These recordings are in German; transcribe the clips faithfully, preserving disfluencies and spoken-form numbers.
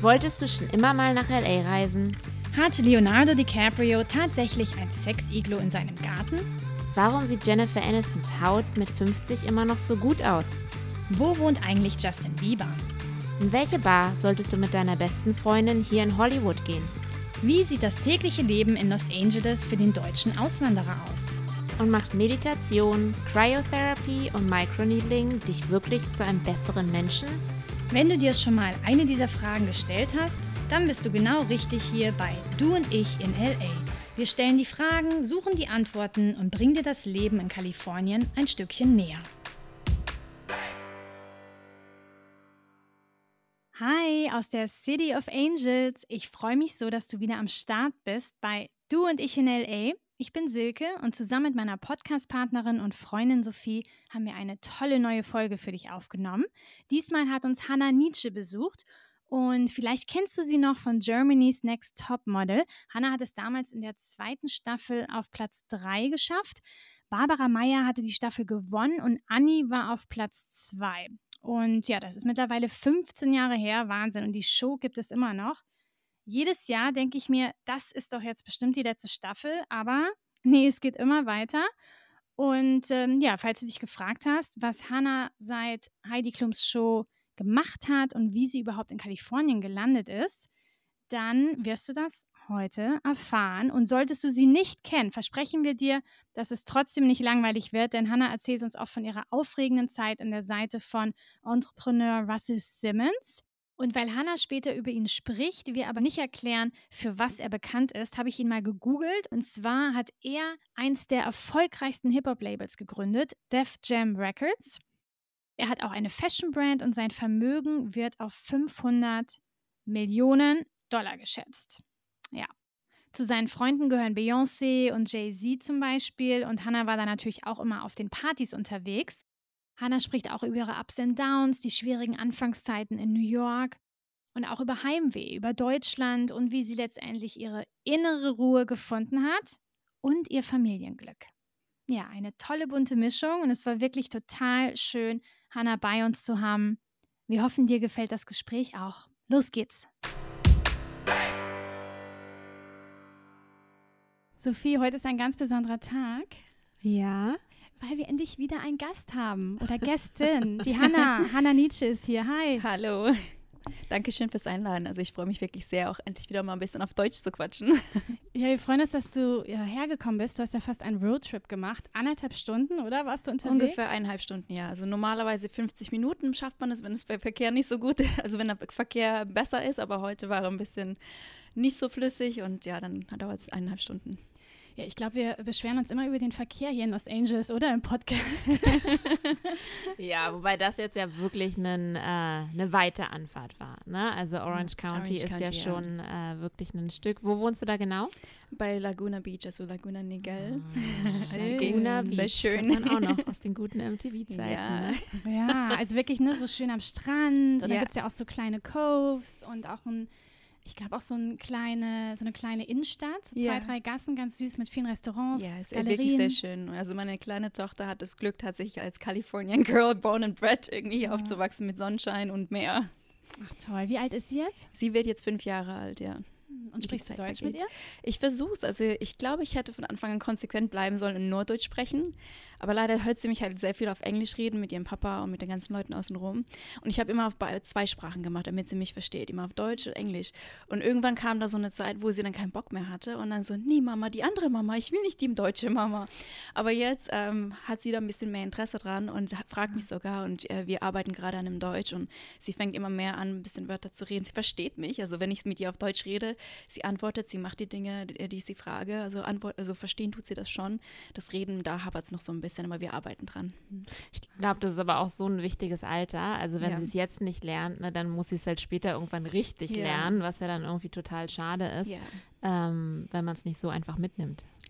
Wolltest du schon immer mal nach L A reisen? Hatte Leonardo DiCaprio tatsächlich ein Sex-Iglo in seinem Garten? Warum sieht Jennifer Anistons Haut mit fünfzig immer noch so gut aus? Wo wohnt eigentlich Justin Bieber? In welche Bar solltest du mit deiner besten Freundin hier in Hollywood gehen? Wie sieht das tägliche Leben in Los Angeles für den deutschen Auswanderer aus? Und macht Meditation, Cryotherapy und Microneedling dich wirklich zu einem besseren Menschen? Wenn du dir schon mal eine dieser Fragen gestellt hast, dann bist du genau richtig hier bei Du und ich in L A. Wir stellen die Fragen, suchen die Antworten und bringen dir das Leben in Kalifornien ein Stückchen näher. Hi aus der City of Angels. Ich freue mich so, dass du wieder am Start bist bei Du und ich in L A. Ich bin Silke und zusammen mit meiner Podcast-Partnerin und Freundin Sophie haben wir eine tolle neue Folge für dich aufgenommen. Diesmal hat uns Hannah Nietzsche besucht und vielleicht kennst du sie noch von Germany's Next Top Model. Hannah hat es damals in der zweiten Staffel auf Platz drei geschafft. Barbara Meyer hatte die Staffel gewonnen und Anni war auf Platz zwei. Und ja, das ist mittlerweile fünfzehn Jahre her, Wahnsinn. Und die Show gibt es immer noch. Jedes Jahr denke ich mir, das ist doch jetzt bestimmt die letzte Staffel, aber nee, es geht immer weiter. Und ähm, ja, falls du dich gefragt hast, was Hannah seit Heidi Klums Show gemacht hat und wie sie überhaupt in Kalifornien gelandet ist, dann wirst du das heute erfahren. Und solltest du sie nicht kennen, versprechen wir dir, dass es trotzdem nicht langweilig wird, denn Hannah erzählt uns auch von ihrer aufregenden Zeit an der Seite von Entrepreneur Russell Simmons. Und weil Hannah später über ihn spricht, wir aber nicht erklären, für was er bekannt ist, habe ich ihn mal gegoogelt. Und zwar hat er eins der erfolgreichsten Hip-Hop-Labels gegründet, Def Jam Records. Er hat auch eine Fashion-Brand und sein Vermögen wird auf fünfhundert Millionen Dollar geschätzt. Ja. Zu seinen Freunden gehören Beyoncé und Jay-Z zum Beispiel. Und Hannah war da natürlich auch immer auf den Partys unterwegs. Hannah spricht auch über ihre Ups and Downs, die schwierigen Anfangszeiten in New York und auch über Heimweh, über Deutschland und wie sie letztendlich ihre innere Ruhe gefunden hat und ihr Familienglück. Ja, eine tolle bunte Mischung und es war wirklich total schön, Hannah bei uns zu haben. Wir hoffen, dir gefällt das Gespräch auch. Los geht's! Sophie, heute ist ein ganz besonderer Tag. Ja. Weil wir endlich wieder einen Gast haben oder Gästin. Die Hannah. Hannah Nietzsche ist hier. Hi. Hallo. Dankeschön fürs Einladen. Also ich freue mich wirklich sehr, auch endlich wieder mal ein bisschen auf Deutsch zu quatschen. Ja, wir freuen uns, dass du ja, hergekommen bist. Du hast ja fast einen Roadtrip gemacht. Anderthalb Stunden, oder? Warst du unterwegs? Ungefähr eineinhalb Stunden, ja. Also normalerweise fünfzig Minuten schafft man es, wenn es bei Verkehr nicht so gut ist. Also wenn der Verkehr besser ist. Aber heute war er ein bisschen nicht so flüssig und ja, dann dauert es eineinhalb Stunden. Ja, ich glaube, wir beschweren uns immer über den Verkehr hier in Los Angeles, oder? Im Podcast. Ja, wobei das jetzt ja wirklich einen, äh, eine weite Anfahrt war. Ne? Also Orange County Orange ist County, ja schon äh, wirklich ein Stück. Wo wohnst du da genau? Bei Laguna Beach, also Laguna Niguel. Ah, Also Laguna sehr Beach, schön. kennt man auch noch aus den guten M T V-Zeiten. Ja. Ne? Ja, also wirklich ne, so schön am Strand. Und Ja. da gibt es ja auch so kleine Coves und auch ein Ich glaube auch so, ein kleine, so eine kleine Innenstadt, so Ja. zwei, drei Gassen, ganz süß mit vielen Restaurants, Ja, ist Galerien. wirklich sehr schön. Also meine kleine Tochter hat das Glück, tatsächlich als Californian Girl, born and bred, irgendwie hier Ja. aufzuwachsen mit Sonnenschein und Meer. Ach toll, wie alt ist sie jetzt? Sie wird jetzt fünf Jahre alt, ja. Und die sprichst du Zeit Deutsch vergeht. mit ihr? Ich versuche es. Also ich glaube, ich hätte von Anfang an konsequent bleiben sollen und nur Deutsch sprechen. Aber leider hört sie mich halt sehr viel auf Englisch reden mit ihrem Papa und mit den ganzen Leuten außenrum. Und ich habe immer auf be- zwei Sprachen gemacht, damit sie mich versteht. Immer auf Deutsch und Englisch. Und irgendwann kam da so eine Zeit, wo sie dann keinen Bock mehr hatte. Und dann so, nee Mama, die andere Mama, ich will nicht die deutsche Mama. Aber jetzt ähm, hat sie da ein bisschen mehr Interesse dran und fragt mich sogar. Und äh, wir arbeiten gerade an einem Deutsch. Und sie fängt immer mehr an, ein bisschen Wörter zu reden. Sie versteht mich. Also wenn ich mit ihr auf Deutsch rede, sie antwortet, sie macht die Dinge, die, die ich sie frage. Also, antwort, also verstehen tut sie das schon. Das Reden, da hapert es noch so ein bisschen, aber wir arbeiten dran. Ich glaube, das ist aber auch so ein wichtiges Alter. Also wenn Ja. sie es jetzt nicht lernt, ne, dann muss sie es halt später irgendwann richtig Ja. lernen, was ja dann irgendwie total schade ist, Ja. ähm, wenn man es nicht so einfach mitnimmt.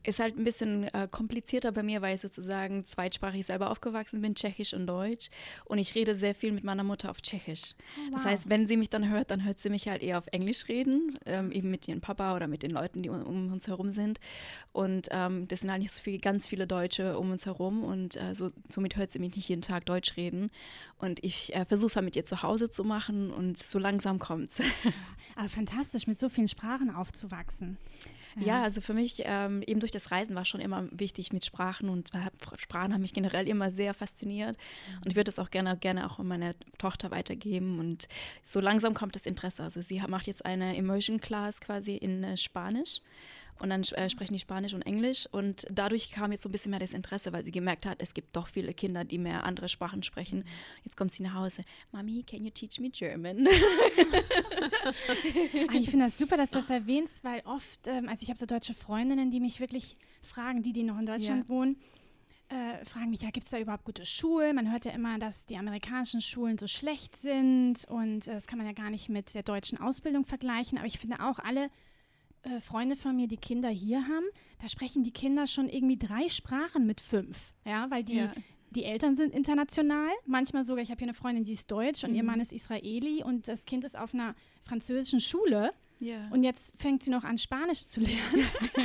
Ist halt ein bisschen äh, komplizierter bei mir, weil ich sozusagen zweitsprachig selber aufgewachsen bin, Tschechisch und Deutsch. Und ich rede sehr viel mit meiner Mutter auf Tschechisch. Oh, wow. Das heißt, wenn sie mich dann hört, dann hört sie mich halt eher auf Englisch reden, ähm, eben mit ihrem Papa oder mit den Leuten, die um, um uns herum sind. Und ähm, das sind halt nicht so viel, ganz viele Deutsche um uns herum. Und äh, so, somit hört sie mich nicht jeden Tag Deutsch reden. Und ich äh, versuche es halt mit ihr zu Hause zu machen und so langsam kommt es. Aber fantastisch, mit so vielen Sprachen aufzuwachsen. Ja, ja, also für mich ähm, eben durch das Reisen war schon immer wichtig mit Sprachen und Sprachen haben mich generell immer sehr fasziniert mhm. und ich würde das auch gerne, gerne auch an meine Tochter weitergeben und so langsam kommt das Interesse. Also sie macht jetzt eine Immersion Class quasi in äh, Spanisch und dann äh, sprechen die Spanisch und Englisch und dadurch kam jetzt so ein bisschen mehr das Interesse, weil sie gemerkt hat, es gibt doch viele Kinder, die mehr andere Sprachen sprechen. Jetzt kommt sie nach Hause, Mami, can you teach me German? Ich finde das super, dass du das erwähnst, weil oft, ähm, also ich habe so deutsche Freundinnen, die mich wirklich fragen, die, die noch in Deutschland ja. wohnen, äh, fragen mich, ja, gibt es da überhaupt gute Schulen? Man hört ja immer, dass die amerikanischen Schulen so schlecht sind und äh, das kann man ja gar nicht mit der deutschen Ausbildung vergleichen, aber ich finde auch alle äh, Freunde von mir, die Kinder hier haben, da sprechen die Kinder schon irgendwie drei Sprachen mit fünf, ja, weil die... Ja. Die Eltern sind international, manchmal sogar, ich habe hier eine Freundin, die ist deutsch und mhm. ihr Mann ist Israeli und das Kind ist auf einer französischen Schule yeah. und jetzt fängt sie noch an, Spanisch zu lernen.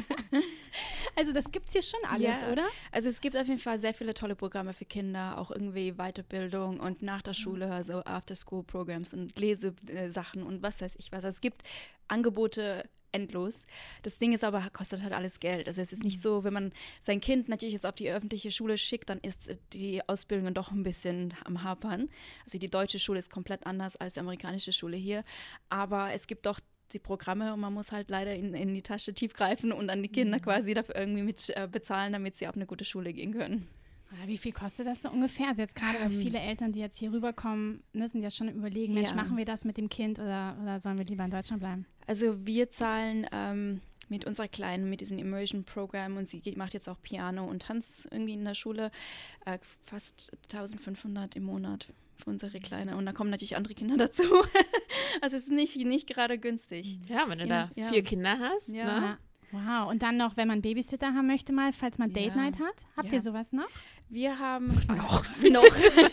Also das gibt es hier schon alles, yeah. oder? Also es gibt auf jeden Fall sehr viele tolle Programme für Kinder, auch irgendwie Weiterbildung und nach der Schule, mhm. also After-School-Programs und Lesesachen und was weiß ich was. Also es gibt Angebote endlos. Das Ding ist aber, kostet halt alles Geld. Also es ist nicht so, wenn man sein Kind natürlich jetzt auf die öffentliche Schule schickt, dann ist die Ausbildung doch ein bisschen am Hapern. Also die deutsche Schule ist komplett anders als die amerikanische Schule hier. Aber es gibt doch die Programme und man muss halt leider in, in die Tasche tief greifen und dann die Kinder mhm. quasi dafür irgendwie mit äh, bezahlen, damit sie auf eine gute Schule gehen können. Wie viel kostet das so ungefähr? Also jetzt gerade, weil viele Eltern, die jetzt hier rüberkommen, ne, sind ja schon im Überlegen, Mensch, ja. machen wir das mit dem Kind oder, oder sollen wir lieber in Deutschland bleiben? Also wir zahlen ähm, mit unserer Kleinen, mit diesem Immersion-Programm und sie geht, macht jetzt auch Piano und Tanz irgendwie in der Schule, äh, fast eintausendfünfhundert im Monat für unsere Kleine. Und da kommen natürlich andere Kinder dazu. Also es ist nicht, nicht gerade günstig. Ja, wenn du ja, da ja. vier Kinder hast, ja. ne? Ja. Wow, und dann noch, wenn man Babysitter haben möchte mal, falls man Date Night ja. hat. Habt ja. ihr sowas noch? Wir haben noch. noch.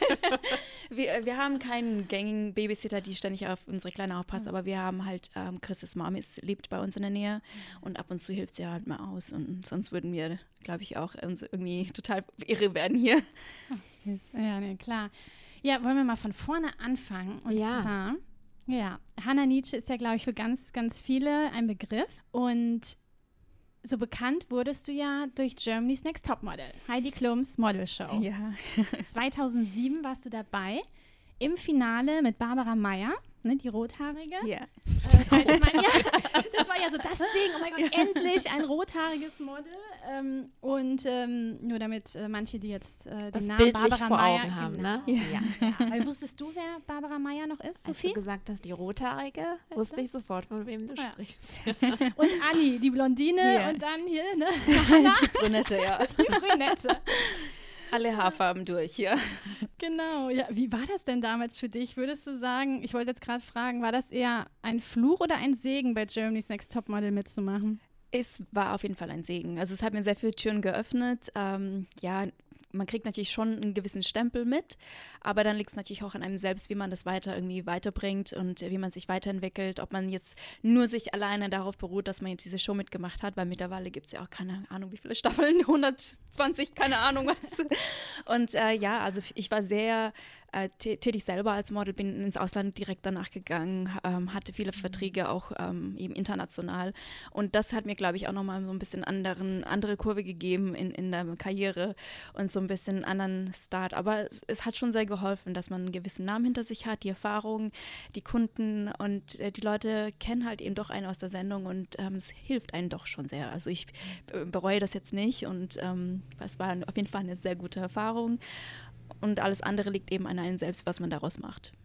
wir, wir haben keinen gängigen Babysitter, die ständig auf unsere Kleine aufpasst, mhm. aber wir haben halt, ähm, Chris' Mom ist, lebt bei uns in der Nähe mhm. und ab und zu hilft sie halt mal aus und sonst würden wir, glaube ich, auch irgendwie total irre werden hier. Ach, süß. Ja, nee, klar. Ja, wollen wir mal von vorne anfangen und ja. zwar, ja, Hannah Nietzsche ist ja, glaube ich, für ganz, ganz viele ein Begriff und so bekannt wurdest du ja durch Germany's Next Topmodel, Heidi Klums Modelshow. Ja. zweitausendsieben warst du dabei im Finale mit Barbara Meyer, ne, die Rothaarige. Ja. Äh, man, ja. Das war ja so das Ding, oh mein Gott, endlich ein rothaariges Model. Ähm, und ähm, nur damit äh, manche, die jetzt äh, den das Namen bildlich Barbara vor Meyer Augen haben, genau. ne? Ja. Ja. Weil wusstest du, wer Barbara Meyer noch ist, Sophie? Als du gesagt hast, die Rothaarige, wusste ich sofort, von wem du ja. sprichst. Und Anni, die Blondine ja. und dann hier, ne? Die Brünette, ja. Die Brünette. Alle Haarfarben durch, ja. Genau, ja. Wie war das denn damals für dich? Würdest du sagen, ich wollte jetzt gerade fragen, war das eher ein Fluch oder ein Segen, bei Germany's Next Topmodel mitzumachen? Es war auf jeden Fall ein Segen. Also es hat mir sehr viele Türen geöffnet. Ähm, ja, man kriegt natürlich schon einen gewissen Stempel mit, aber dann liegt es natürlich auch an einem selbst, wie man das weiter irgendwie weiterbringt und wie man sich weiterentwickelt, ob man jetzt nur sich alleine darauf beruht, dass man jetzt diese Show mitgemacht hat, weil mittlerweile gibt es ja auch keine Ahnung, wie viele Staffeln, hundertzwanzig, keine Ahnung was. Und äh, ja, also ich war sehr äh, tätig selber als Model, bin ins Ausland direkt danach gegangen, ähm, hatte viele Verträge auch ähm, eben international und das hat mir, glaube ich, auch nochmal so ein bisschen anderen, andere Kurve gegeben in, in der Karriere und so ein bisschen einen anderen Start, aber es, es hat schon sehr geholfen, dass man einen gewissen Namen hinter sich hat, die Erfahrung, die Kunden und äh, die Leute kennen halt eben doch einen aus der Sendung und ähm, es hilft einen doch schon sehr. Also ich äh, bereue das jetzt nicht und ähm, es war auf jeden Fall eine sehr gute Erfahrung und alles andere liegt eben an einem selbst, was man daraus macht.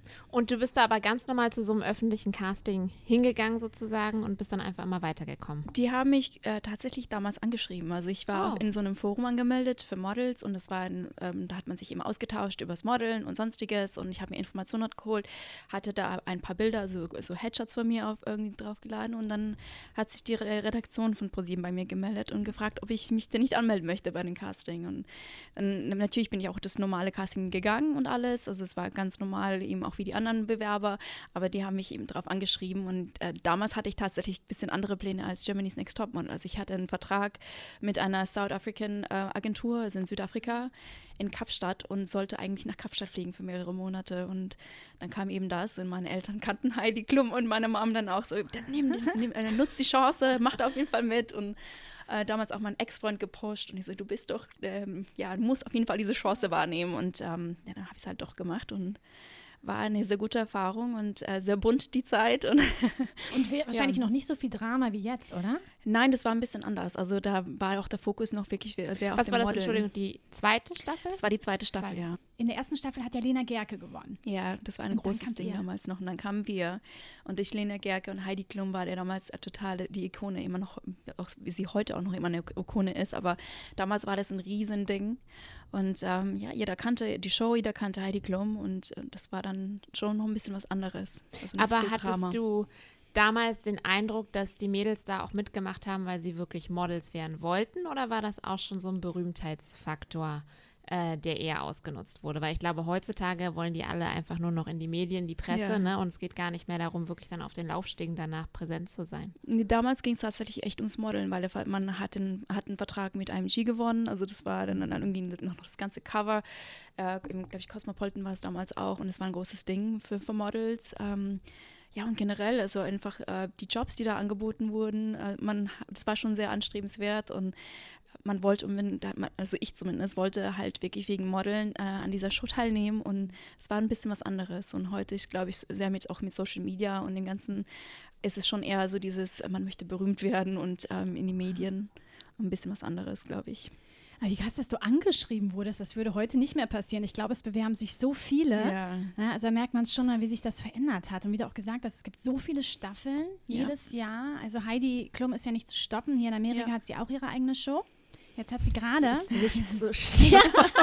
Und du bist da aber ganz normal zu so einem öffentlichen Casting hingegangen sozusagen und bist dann einfach immer weitergekommen? Die haben mich äh, tatsächlich damals angeschrieben. Also ich war Oh. auch in so einem Forum angemeldet für Models und das war ein, ähm, da hat man sich eben ausgetauscht über das Modeln und sonstiges und ich habe mir Informationen dort geholt, hatte da ein paar Bilder, so, so Headshots von mir auf irgendwie draufgeladen und dann hat sich die Re- Redaktion von ProSieben bei mir gemeldet und gefragt, ob ich mich denn nicht anmelden möchte bei dem Casting. Und dann natürlich bin ich auch das normale Casting gegangen und alles. Also es war ganz normal, eben auch wie die anderen Bewerber, aber die haben mich eben drauf angeschrieben und äh, damals hatte ich tatsächlich ein bisschen andere Pläne als Germany's Next Topmodel. Also ich hatte einen Vertrag mit einer South African äh, Agentur, also in Südafrika, in Kapstadt und sollte eigentlich nach Kapstadt fliegen für mehrere Monate und dann kam eben das und meine Eltern kannten Heidi Klum und meine Mom dann auch so, nimm, nimm, äh, nutz die Chance, mach da auf jeden Fall mit und äh, damals auch mein Ex-Freund gepusht und ich so, du bist doch, ähm, ja, du musst auf jeden Fall diese Chance wahrnehmen und ähm, ja, dann habe ich es halt doch gemacht und war eine sehr gute Erfahrung und äh, sehr bunt die Zeit. Und, und wahrscheinlich ja. noch nicht so viel Drama wie jetzt, oder? Nein, das war ein bisschen anders. Also da war auch der Fokus noch wirklich sehr auf dem Modeln. Was war das, Entschuldigung, die zweite Staffel? Das war die zweite Staffel, Zweite. ja. In der ersten Staffel hat ja Lena Gerke gewonnen. Ja, das war ein und großes Ding ihr. damals noch. Und dann kamen wir. Und durch Lena Gerke und Heidi Klum war der damals total die Ikone, immer noch, auch wie sie heute auch noch immer eine Ikone ist. Aber damals war das ein Riesending. Und ähm, ja, jeder kannte die Show, jeder kannte Heidi Klum. Und äh, das war dann schon noch ein bisschen was anderes. Also Aber hattest Drama. du damals den Eindruck, dass die Mädels da auch mitgemacht haben, weil sie wirklich Models werden wollten? Oder war das auch schon so ein Berühmtheitsfaktor, äh, der eher ausgenutzt wurde? Weil ich glaube, heutzutage wollen die alle einfach nur noch in die Medien, die Presse, ja. ne? Und es geht gar nicht mehr darum, wirklich dann auf den Laufstegen danach präsent zu sein. Damals ging es tatsächlich echt ums Modeln, weil der, man hat einen, hat einen Vertrag mit I M G gewonnen. Also das war dann, dann irgendwie noch das ganze Cover. Äh, glaube ich, Cosmopolitan war es damals auch. Und es war ein großes Ding für, für Models. Ähm, Ja, und generell, also einfach äh, die Jobs, die da angeboten wurden, äh, man, das war schon sehr anstrebenswert und man wollte, also ich zumindest, wollte halt wirklich wegen Modeln äh, an dieser Show teilnehmen und es war ein bisschen was anderes. Und heute, ich glaube, ich sehr mit, auch mit Social Media und dem Ganzen, ist es schon eher so dieses, man möchte berühmt werden und ähm, in die Medien, ein bisschen was anderes, glaube ich. Wie krass, dass du angeschrieben wurdest, das würde heute nicht mehr passieren. Ich glaube, es bewerben sich so viele. Ja. Ja, also da merkt man schon mal, wie sich das verändert hat. Und wie du auch gesagt hast, es gibt so viele Staffeln ja. jedes Jahr. Also Heidi Klum ist ja nicht zu stoppen. Hier in Amerika ja. hat sie auch ihre eigene Show. Jetzt hat sie gerade... Das ist nicht so schlimm.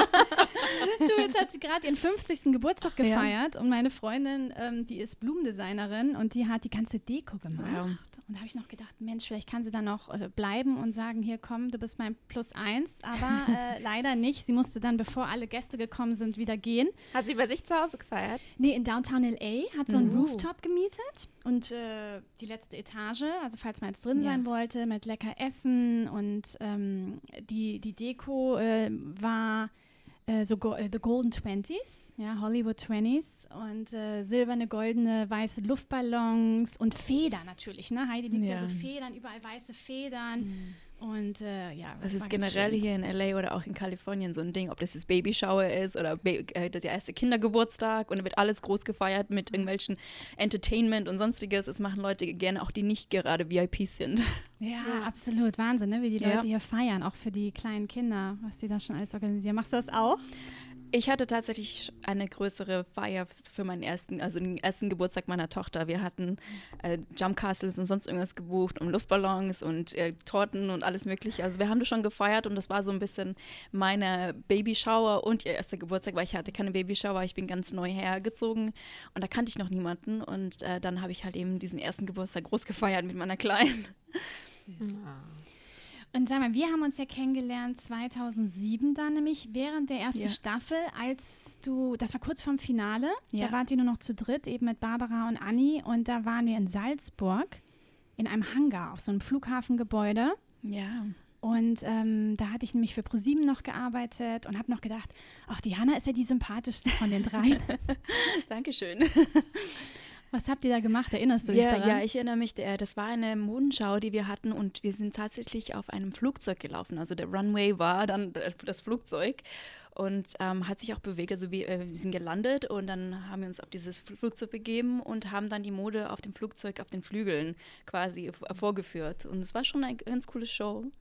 Du, jetzt hat sie gerade ihren fünfzigsten Geburtstag gefeiert ja. und meine Freundin, ähm, die ist Blumendesignerin und die hat die ganze Deko gemacht. Ja. Und da habe ich noch gedacht, Mensch, vielleicht kann sie dann noch äh, bleiben und sagen, hier komm, du bist mein Plus eins, aber äh, leider nicht. Sie musste dann, bevor alle Gäste gekommen sind, wieder gehen. Hat sie bei sich zu Hause gefeiert? Nee, in Downtown L A hat so einen uh. Rooftop gemietet und äh, die letzte Etage, also falls man jetzt drin ja. sein wollte, mit lecker Essen und ähm, die, die Deko äh, war äh, so go- äh, The Golden Twenties, ja, Hollywood Twenties und äh, silberne, goldene, weiße Luftballons und Federn natürlich, ne? Heidi liebt ja, ja so Federn, überall weiße Federn. Mhm. Und äh, ja, das, das ist generell hier in L A oder auch in Kalifornien so ein Ding, ob das das Babyshower ist oder ba- äh, der erste Kindergeburtstag und da wird alles groß gefeiert mit irgendwelchen Entertainment und sonstiges. Das machen Leute gerne, auch die nicht gerade V I Ps sind. Ja, ja. absolut. Wahnsinn, ne? Wie die ja. Leute hier feiern, auch für die kleinen Kinder, was die da schon alles organisieren. Machst du das auch? Ich hatte tatsächlich eine größere Feier für meinen ersten, also den ersten Geburtstag meiner Tochter. Wir hatten äh, Jump Castles und sonst irgendwas gebucht und Luftballons und äh, Torten und alles mögliche. Also wir haben das schon gefeiert und das war so ein bisschen meine Babyshower und ihr erster Geburtstag, weil ich hatte keine Babyshower, ich bin ganz neu hergezogen und da kannte ich noch niemanden und äh, dann habe ich halt eben diesen ersten Geburtstag groß gefeiert mit meiner Kleinen. Ja. Und sag mal, wir haben uns ja kennengelernt zweitausendsieben dann nämlich während der ersten ja. Staffel, als du, das war kurz vorm Finale, ja. da wart ihr nur noch zu dritt, eben mit Barbara und Anni und da waren wir in Salzburg in einem Hangar auf so einem Flughafengebäude. Ja. Und ähm, da hatte ich nämlich für ProSieben noch gearbeitet und habe noch gedacht, ach, die Hanna ist ja die sympathischste von den dreien. Dankeschön. Was habt ihr da gemacht? Erinnerst du dich ja, daran? Ja, ich erinnere mich. Der, das war eine Modenschau, die wir hatten und wir sind tatsächlich auf einem Flugzeug gelaufen. Also der Runway war dann das Flugzeug und ähm, hat sich auch bewegt. Also wir, äh, wir sind gelandet und dann haben wir uns auf dieses Flugzeug begeben und haben dann die Mode auf dem Flugzeug, auf den Flügeln quasi vorgeführt. Und es war schon eine ganz coole Show.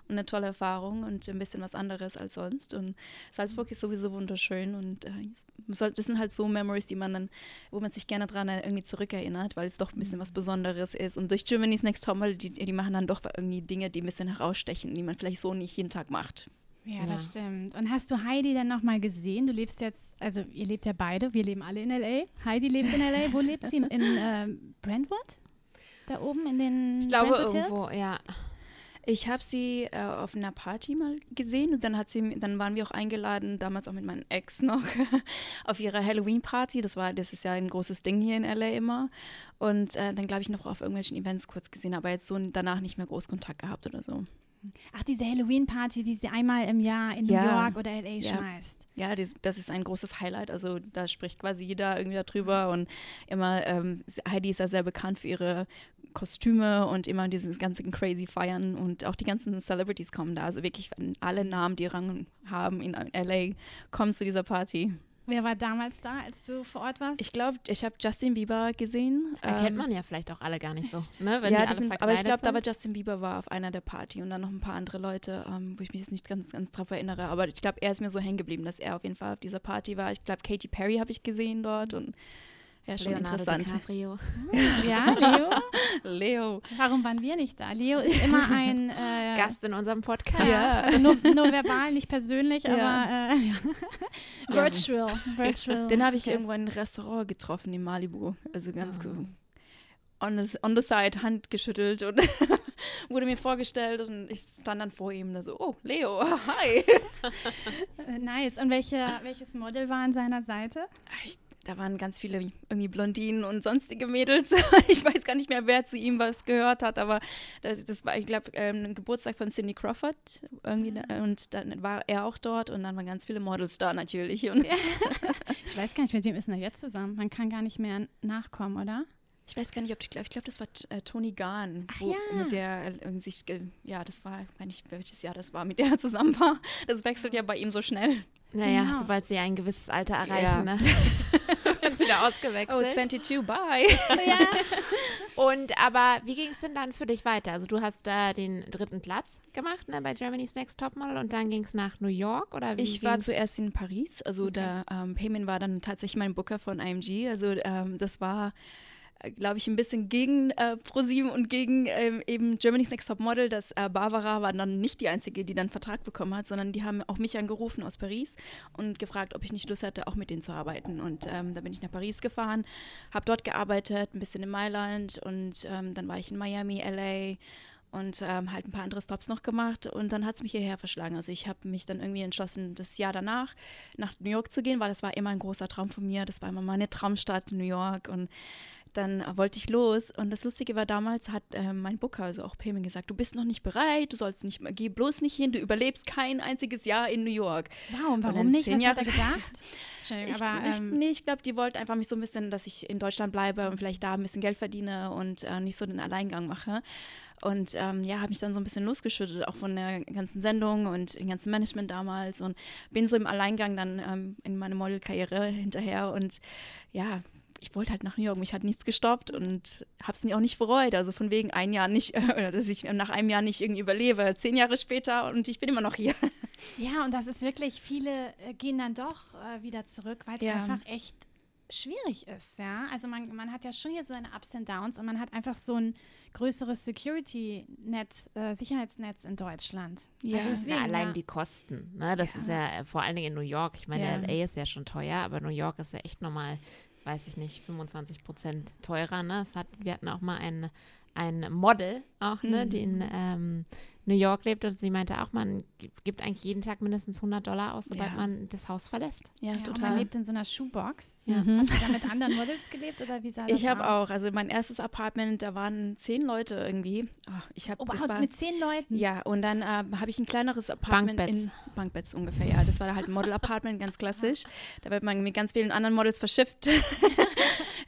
und eine tolle Erfahrung und ein bisschen was anderes als sonst. Und Salzburg ist sowieso wunderschön und äh, das sind halt so Memories, die man dann, wo man sich gerne dran irgendwie zurückerinnert, weil es doch ein bisschen was Besonderes ist. Und durch Germany's Next Topmodel, die, die machen dann doch irgendwie Dinge, die ein bisschen herausstechen, die man vielleicht so nicht jeden Tag macht. Ja, das ja. stimmt. Und hast du Heidi dann nochmal gesehen? Du lebst jetzt, also ihr lebt ja beide, wir leben alle in L A. Heidi lebt in L A. Wo lebt sie? In äh, Brentwood? Da oben in den Ich glaube Brentwood irgendwo, Hills? ja. Ich habe sie äh, auf einer Party mal gesehen und dann hat sie, dann waren wir auch eingeladen, damals auch mit meinem Ex noch, auf ihre Halloween-Party. Das war, das ist ja ein großes Ding hier in L A immer. Und äh, dann glaube ich noch auf irgendwelchen Events kurz gesehen, aber jetzt so danach nicht mehr groß Kontakt gehabt oder so. Ach, diese Halloween-Party, die sie einmal im Jahr in New Ja. York oder L A Ja. schmeißt. Ja, das, das ist ein großes Highlight. Also da spricht quasi jeder irgendwie darüber und immer, ähm, Heidi ist ja sehr bekannt für ihre Kostüme und immer diese ganzen crazy Feiern und auch die ganzen Celebrities kommen da. Also wirklich alle Namen, die Rang haben in L A, kommen zu dieser Party. Wer war damals da, als du vor Ort warst? Ich glaube, ich habe Justin Bieber gesehen. Erkennt Ähm, man ja vielleicht auch alle gar nicht so, ne? Wenn ja, die das alle sind, aber ich glaube, verkleidet da war sind. Justin Bieber war auf einer der Party und dann noch ein paar andere Leute, ähm, wo ich mich jetzt nicht ganz, ganz drauf erinnere. Aber ich glaube, er ist mir so hängen geblieben, dass er auf jeden Fall auf dieser Party war. Ich glaube, Katy Perry habe ich gesehen dort und ja, schon Leonardo interessant. DiCaprio. Ja, Leo? Leo. Warum waren wir nicht da? Leo ist immer ein äh, Gast in unserem Podcast. Ja. Also nur, nur verbal, nicht persönlich, Ja. aber äh, ja. virtual. virtual. Den habe ich Guest. irgendwo in einem Restaurant getroffen in Malibu. Also ganz Ah. cool. On the, on the side, Hand geschüttelt und wurde mir vorgestellt und ich stand dann vor ihm da so, oh, Leo, hi. Äh, nice. Und welche, welches Model war an seiner Seite? Ich, da waren ganz viele irgendwie Blondinen und sonstige Mädels. Ich weiß gar nicht mehr, wer zu ihm was gehört hat, aber das, das war, ich glaube, ähm, ein Geburtstag von Cindy Crawford irgendwie da, und dann war er auch dort und dann waren ganz viele Models da natürlich. Und Ich weiß gar nicht, mit wem ist denn er jetzt zusammen? Man kann gar nicht mehr nachkommen, oder? ich weiß gar nicht, ob ich glaube, ich glaube, das war äh, Toni Gahn, Ach wo, ja. mit der er irgendwie sich, ge- ja, das war, gar nicht welches Jahr das war, mit der er zusammen war. Das wechselt ja bei ihm so schnell. Naja, Genau. sobald sie ein gewisses Alter Ja. erreichen, ne? Wird es wieder Oh, ausgewechselt. zweiundzwanzig, bye. Ja. Und aber wie ging es denn dann für dich weiter? Also du hast da den dritten Platz gemacht, ne, bei Germany's Next Topmodel und dann ging es nach New York oder wie Ich war ging's? zuerst in Paris, also Okay. da ähm, Payman war dann tatsächlich mein Booker von I M G, also ähm, das war, glaube ich, ein bisschen gegen äh, ProSieben und gegen ähm, eben Germany's Next Topmodel, dass äh, Barbara war dann nicht die Einzige, die dann einen Vertrag bekommen hat, sondern die haben auch mich angerufen aus Paris und gefragt, ob ich nicht Lust hätte, auch mit denen zu arbeiten. Und ähm, da bin ich nach Paris gefahren, habe dort gearbeitet, ein bisschen in Mailand und ähm, dann war ich in Miami, L A und ähm, halt ein paar andere Stops noch gemacht und dann hat es mich hierher verschlagen. Also ich habe mich dann irgendwie entschlossen, das Jahr danach nach New York zu gehen, weil das war immer ein großer Traum von mir. Das war immer meine Traumstadt, New York, und dann wollte ich los und das Lustige war, damals hat äh, mein Booker, also auch Payman, gesagt, du bist noch nicht bereit, du sollst nicht, geh bloß nicht hin, du überlebst kein einziges Jahr in New York. Wow, und dann warum nicht? zehn Was hat er Jahre- gedacht? Entschuldigung, Ich, aber ich, ähm, nee, ich glaube, die wollten einfach mich so ein bisschen, dass ich in Deutschland bleibe und vielleicht da ein bisschen Geld verdiene und äh, nicht so den Alleingang mache. Und ähm, ja, habe mich dann so ein bisschen losgeschüttet, auch von der ganzen Sendung und dem ganzen Management damals und bin so im Alleingang dann ähm, in meine Modelkarriere hinterher und ja, ich wollte halt nach New York, mich hat nichts gestoppt und habe es auch nicht bereut. Also von wegen ein Jahr nicht, oder dass ich nach einem Jahr nicht irgendwie überlebe, zehn Jahre später und ich bin immer noch hier. ja, und das ist wirklich, viele äh, gehen dann doch äh, wieder zurück, weil es Ja. einfach echt schwierig ist, ja. Also man, man hat ja schon hier so eine Ups and Downs und man hat einfach so ein größeres Security-Netz, äh, Sicherheitsnetz in Deutschland. Ja. Also deswegen, Na, allein ja. die Kosten, ne? Das Ja. ist ja äh, vor allen Dingen in New York. Ich meine, Ja. L A ist ja schon teuer, aber New York ist ja echt nochmal, weiß ich nicht, fünfundzwanzig Prozent teurer, ne? Es hat, wir hatten auch mal ein, ein Model auch, ne, Mhm. die in ähm, New York lebt und sie meinte auch, man gi- gibt eigentlich jeden Tag mindestens hundert Dollar aus, sobald Ja. man das Haus verlässt. Ja, Ja, und man total. lebt in so einer Schuhbox. Ja. Mhm. Hast du da mit anderen Models gelebt oder wie sah das Ich habe aus? auch, also mein erstes Apartment, da waren zehn Leute irgendwie. Oh, ich habe, Oh, das wow, war, mit zehn Leuten? ja, und dann ähm, habe ich ein kleineres Apartment Bankbetts. in Bankbetts ungefähr, ja. Das war halt ein Model-Apartment, ganz klassisch. Da wird man mit ganz vielen anderen Models verschifft.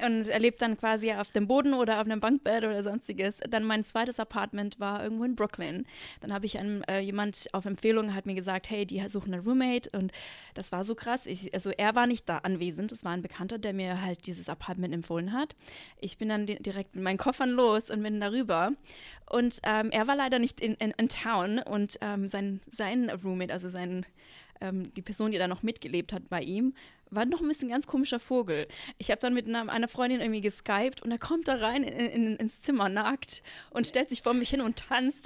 Und er lebt dann quasi auf dem Boden oder auf einem Bankbett oder sonstiges. Dann mein zweites Apartment war irgendwo in Brooklyn. Dann habe ich einem, äh, jemand auf Empfehlung hat mir gesagt, hey, die suchen eine Roommate. Und das war so krass. Ich, also er war nicht da anwesend. Es war ein Bekannter, der mir halt dieses Apartment empfohlen hat. Ich bin dann di- direkt mit meinen Koffern los und bin darüber. Und ähm, er war leider nicht in, in, in town. Und ähm, sein, sein Roommate, also sein, ähm, die Person, die da noch mitgelebt hat bei ihm, war noch ein bisschen ein ganz komischer Vogel. Ich habe dann mit einer, einer Freundin irgendwie geskypt und er kommt da rein in, in, ins Zimmer nackt und stellt sich vor mich hin und tanzt.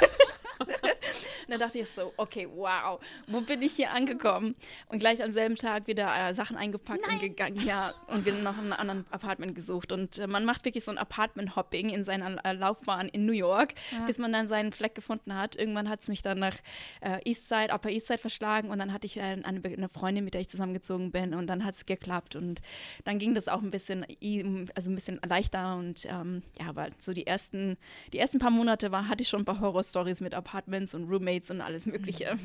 Und dann dachte ich so, okay, wow, wo bin ich hier angekommen? Und gleich am selben Tag wieder äh, Sachen eingepackt Nein. und gegangen, ja, und wieder noch ein anderes Apartment gesucht. Und äh, man macht wirklich so ein Apartment-Hopping in seiner äh, Laufbahn in New York, ja. bis man dann seinen Fleck gefunden hat. Irgendwann hat es mich dann nach äh, Eastside, Upper Eastside verschlagen und dann hatte ich äh, eine, eine Freundin, mit der ich zusammengezogen bin und dann hat es geklappt und dann ging das auch ein bisschen, also ein bisschen leichter und ähm, ja, aber so die ersten, die ersten paar Monate war, hatte ich schon ein paar Horror-Stories mit Apartments und Roommates und alles Mögliche.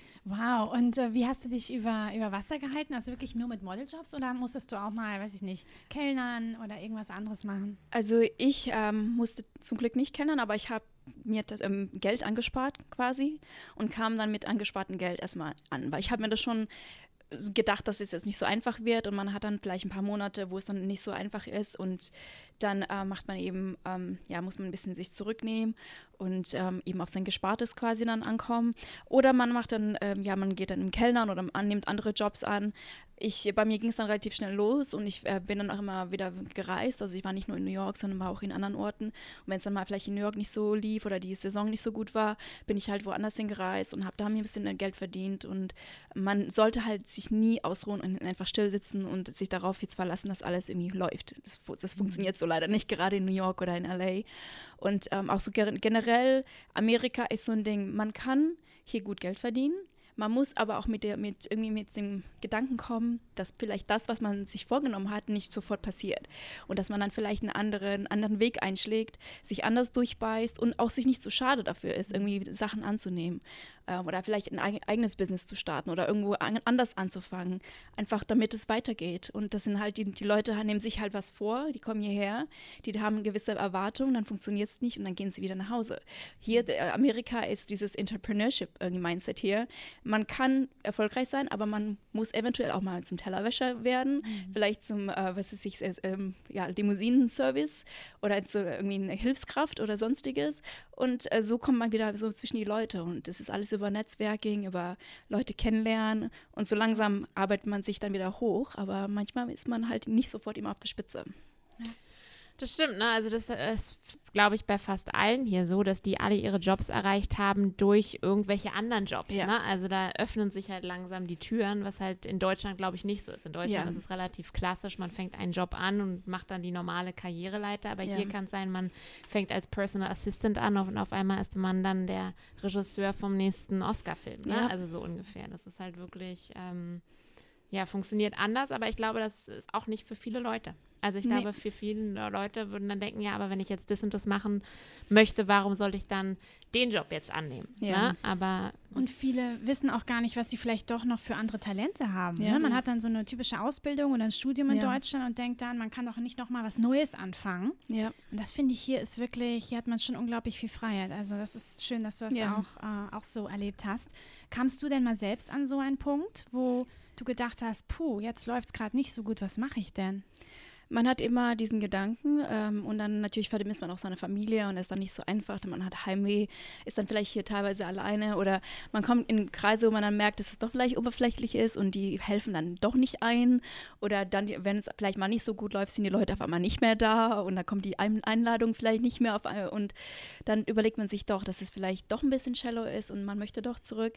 Wow, und äh, wie hast du dich über, über Wasser gehalten? Also wirklich nur mit Modeljobs oder musstest du auch mal, weiß ich nicht, kellnern oder irgendwas anderes machen? Also ich ähm, musste zum Glück nicht kellnern, aber ich habe mir das, ähm, Geld angespart quasi und kam dann mit angespartem Geld erstmal an, weil ich habe mir das schon gedacht, dass es jetzt nicht so einfach wird und man hat dann vielleicht ein paar Monate, wo es dann nicht so einfach ist und dann äh, macht man eben, ähm, ja, muss man ein bisschen sich zurücknehmen und ähm, eben auf sein Gespartes quasi dann ankommen. Oder man macht dann, ähm, ja, man geht dann im Kellnern oder man nimmt andere Jobs an. Ich, bei mir ging es dann relativ schnell los und ich äh, bin dann auch immer wieder gereist. Also ich war nicht nur in New York, sondern war auch in anderen Orten. Und wenn es dann mal vielleicht in New York nicht so lief oder die Saison nicht so gut war, bin ich halt woanders hingereist und habe da mir ein bisschen Geld verdient. Und man sollte halt sich nie ausruhen und einfach still sitzen und sich darauf jetzt verlassen, dass alles irgendwie läuft. Das, das funktioniert so leider nicht, gerade in New York oder in L A. Und ähm, auch so generell, Amerika ist so ein Ding, man kann hier gut Geld verdienen. Man muss aber auch mit der, mit irgendwie mit dem Gedanken kommen, dass vielleicht das, was man sich vorgenommen hat, nicht sofort passiert. Und dass man dann vielleicht einen anderen, anderen Weg einschlägt, sich anders durchbeißt und auch sich nicht so schade dafür ist, irgendwie Sachen anzunehmen. Ähm, oder vielleicht ein eigenes Business zu starten oder irgendwo an, anders anzufangen. Einfach damit es weitergeht. Und das sind halt, die, die Leute nehmen sich halt was vor, die kommen hierher, die haben gewisse Erwartungen, dann funktioniert es nicht und dann gehen sie wieder nach Hause. Hier, der, Amerika ist dieses Entrepreneurship-Mindset hier. Man kann erfolgreich sein, aber man muss eventuell auch mal zum Tellerwäscher werden, mhm. vielleicht zum, äh, was ist ich, äh, ähm, ja, Limousinen-Service oder zu irgendwie eine Hilfskraft oder sonstiges. Und äh, so kommt man wieder so zwischen die Leute. Und das ist alles über Netzwerking, über Leute kennenlernen. Und so langsam arbeitet man sich dann wieder hoch, aber manchmal ist man halt nicht sofort immer auf der Spitze. Ja. Das stimmt, ne? Also das ist, glaube ich, bei fast allen hier so, dass die alle ihre Jobs erreicht haben durch irgendwelche anderen Jobs, ja. ne? Also da öffnen sich halt langsam die Türen, was halt in Deutschland, glaube ich, nicht so ist. In Deutschland ja. ist es relativ klassisch, man fängt einen Job an und macht dann die normale Karriereleiter, aber ja. hier kann es sein, man fängt als Personal Assistant an und auf einmal ist man dann der Regisseur vom nächsten Oscar-Film, ne? Ja. Also so ungefähr. Das ist halt wirklich, ähm, ja, funktioniert anders, aber ich glaube, das ist auch nicht für viele Leute. Also ich glaube, nee. für viele Leute würden dann denken, ja, aber wenn ich jetzt das und das machen möchte, warum sollte ich dann den Job jetzt annehmen? Ja. Ne? Aber und viele wissen auch gar nicht, was sie vielleicht doch noch für andere Talente haben. Ja. Ne? Man hat dann so eine typische Ausbildung oder ein Studium in ja. Deutschland und denkt dann, man kann doch nicht noch mal was Neues anfangen. Ja. Und das finde ich hier ist wirklich, hier hat man schon unglaublich viel Freiheit. Also das ist schön, dass du das ja. auch, äh, auch so erlebt hast. Kamst du denn mal selbst an so einen Punkt, wo du gedacht hast, puh, jetzt läuft es gerade nicht so gut, was mache ich denn? Man hat immer diesen Gedanken ähm, und dann natürlich vermisst man auch seine Familie und es ist dann nicht so einfach, denn man hat Heimweh, ist dann vielleicht hier teilweise alleine oder man kommt in Kreise, wo man dann merkt, dass es doch vielleicht oberflächlich ist und die helfen dann doch nicht ein oder dann, wenn es vielleicht mal nicht so gut läuft, sind die Leute auf einmal nicht mehr da und dann kommt die Einladung vielleicht nicht mehr auf einmal und dann überlegt man sich doch, dass es vielleicht doch ein bisschen shallow ist und man möchte doch zurück,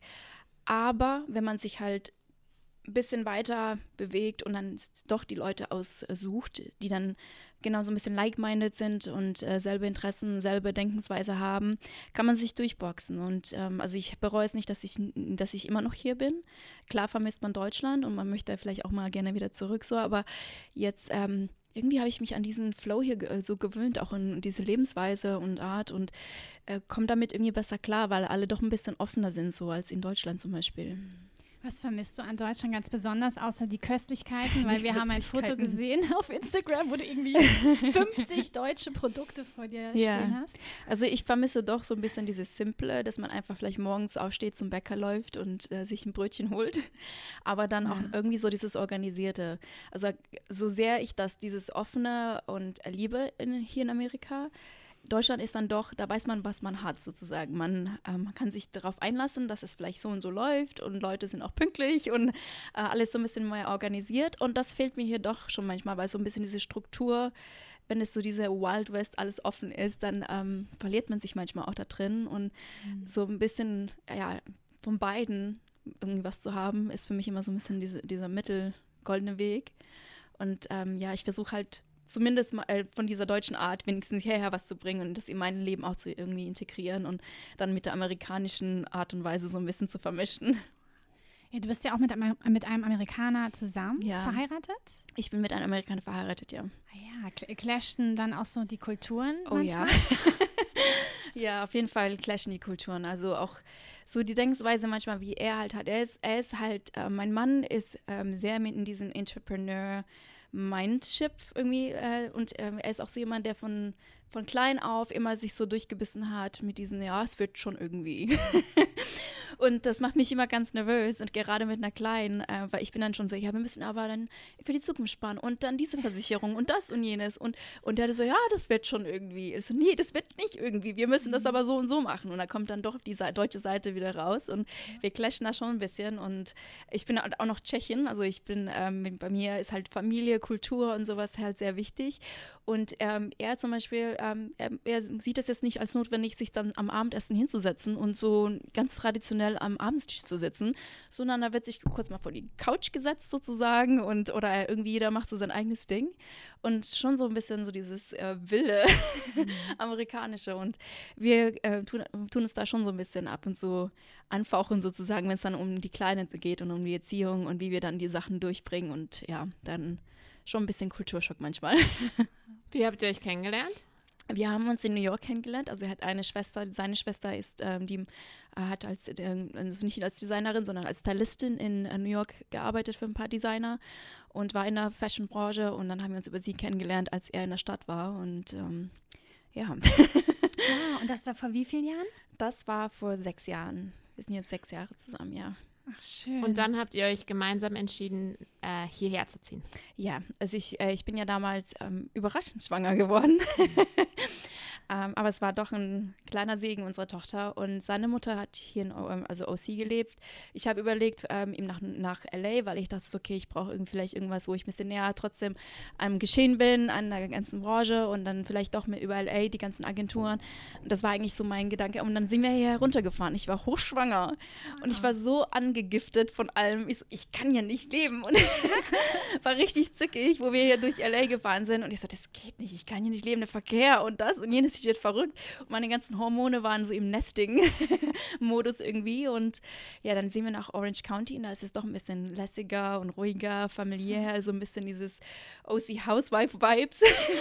aber wenn man sich halt ein bisschen weiter bewegt und dann doch die Leute aussucht, die dann genauso ein bisschen like-minded sind und äh, selbe Interessen, selbe Denkensweise haben, kann man sich durchboxen. Und ähm, also ich bereue es nicht, dass ich, dass ich immer noch hier bin. Klar vermisst man Deutschland und man möchte vielleicht auch mal gerne wieder zurück, so, aber jetzt ähm, irgendwie habe ich mich an diesen Flow hier ge- so gewöhnt, auch in diese Lebensweise und Art und äh, komme damit irgendwie besser klar, weil alle doch ein bisschen offener sind, so als in Deutschland zum Beispiel. Was vermisst du an Deutschland ganz besonders, außer die Köstlichkeiten? Weil Die wir haben ein Foto gesehen auf Instagram, wo du irgendwie fünfzig deutsche Produkte vor dir ja. stehen hast. Also ich vermisse doch so ein bisschen dieses Simple, dass man einfach vielleicht morgens aufsteht, zum Bäcker läuft und äh, sich ein Brötchen holt. Aber dann auch Ja. irgendwie so dieses Organisierte. Also so sehr ich das, dieses Offene und liebe in, hier in Amerika, Deutschland ist dann doch, da weiß man, was man hat sozusagen. Man ähm, kann sich darauf einlassen, dass es vielleicht so und so läuft und Leute sind auch pünktlich und äh, alles so ein bisschen mehr organisiert. Und das fehlt mir hier doch schon manchmal, weil so ein bisschen diese Struktur, wenn es so diese Wild West alles offen ist, dann ähm, verliert man sich manchmal auch da drin. Und mhm. so ein bisschen, ja, von beiden irgendwie was zu haben, ist für mich immer so ein bisschen diese, dieser mittelgoldene Weg. Und ähm, ja, ich versuche halt zumindest mal äh, von dieser deutschen Art wenigstens hierher was zu bringen und das in mein Leben auch zu irgendwie integrieren und dann mit der amerikanischen Art und Weise so ein bisschen zu vermischen. Ja, du bist ja auch mit einem, mit einem Amerikaner zusammen ja. verheiratet? Ich bin mit einem Amerikaner verheiratet, ja. Ah ja, cl- clashen dann auch so die Kulturen Oh manchmal? ja. Ja, auf jeden Fall clashen die Kulturen. Also auch so die Denkweise manchmal, wie er halt hat. Er ist, er ist halt, äh, mein Mann ist ähm, sehr mit in diesem Entrepreneur Mindship irgendwie äh, und ähm, er ist auch so jemand, der von, von klein auf immer sich so durchgebissen hat mit diesen, ja, es wird schon irgendwie. Und das macht mich immer ganz nervös und gerade mit einer Kleinen, äh, weil ich bin dann schon so, ja, wir müssen aber dann für die Zukunft sparen und dann diese Versicherung und das und jenes und, und der so, ja, das wird schon irgendwie. Ich so, nee, das wird nicht irgendwie, wir müssen das aber so und so machen und da kommt dann doch die deutsche Seite wieder raus und wir clashen da schon ein bisschen und ich bin auch noch Tschechin, also ich bin, ähm, bei mir ist halt Familie, Kultur und sowas halt sehr wichtig und ähm, er zum Beispiel, ähm, er, er sieht es jetzt nicht als notwendig, sich dann am Abendessen hinzusetzen und so ganz traditionell am Abendstisch zu sitzen, sondern da wird sich kurz mal vor die Couch gesetzt sozusagen und oder irgendwie jeder macht so sein eigenes Ding und schon so ein bisschen so dieses äh, wilde mhm. amerikanische und wir äh, tun, tun es da schon so ein bisschen ab und zu anfauchen sozusagen, wenn es dann um die Kleine geht und um die Erziehung und wie wir dann die Sachen durchbringen und ja, dann schon ein bisschen Kulturschock manchmal. Wie habt ihr euch kennengelernt? Wir haben uns in New York kennengelernt. Also er hat eine Schwester, seine Schwester ist, ähm, die äh, hat als, äh, also nicht als Designerin, sondern als Stylistin in äh, New York gearbeitet für ein paar Designer und war in der Fashion-Branche und dann haben wir uns über sie kennengelernt, als er in der Stadt war und ähm, ja. Ah, und das war vor wie vielen Jahren? Das war vor sechs Jahren. Wir sind jetzt sechs Jahre zusammen, ja. Ach, schön. Und dann habt ihr euch gemeinsam entschieden, äh, hierher zu ziehen. Ja, also ich, äh, ich bin ja damals ähm, überraschend schwanger geworden. ähm, aber es war doch ein kleiner Segen unserer Tochter. Und seine Mutter hat hier in ähm, also O C gelebt. Ich habe überlegt, ähm, ihm nach, nach L A, weil ich dachte, okay, ich brauche irgendwie vielleicht irgendwas, wo ich ein bisschen näher trotzdem am Geschehen bin, an der ganzen Branche und dann vielleicht doch mit über L A, die ganzen Agenturen. Und das war eigentlich so mein Gedanke. Und dann sind wir hier heruntergefahren. Ich war hochschwanger. Und ich war so angegiftet von allem. Ich, so, ich kann ja nicht leben. Und war richtig zickig, wo wir hier durch L A gefahren sind. Und ich so, das geht nicht. Ich kann hier nicht leben. Der Verkehr und das und jenes. Ich werde verrückt. Und meine ganzen Hormone waren so im Nesting-Modus irgendwie. Und ja, dann sind wir nach Orange County. Und da ist es doch ein bisschen lässiger und ruhiger, familiär. So ein bisschen dieses O C Housewife-Vibes.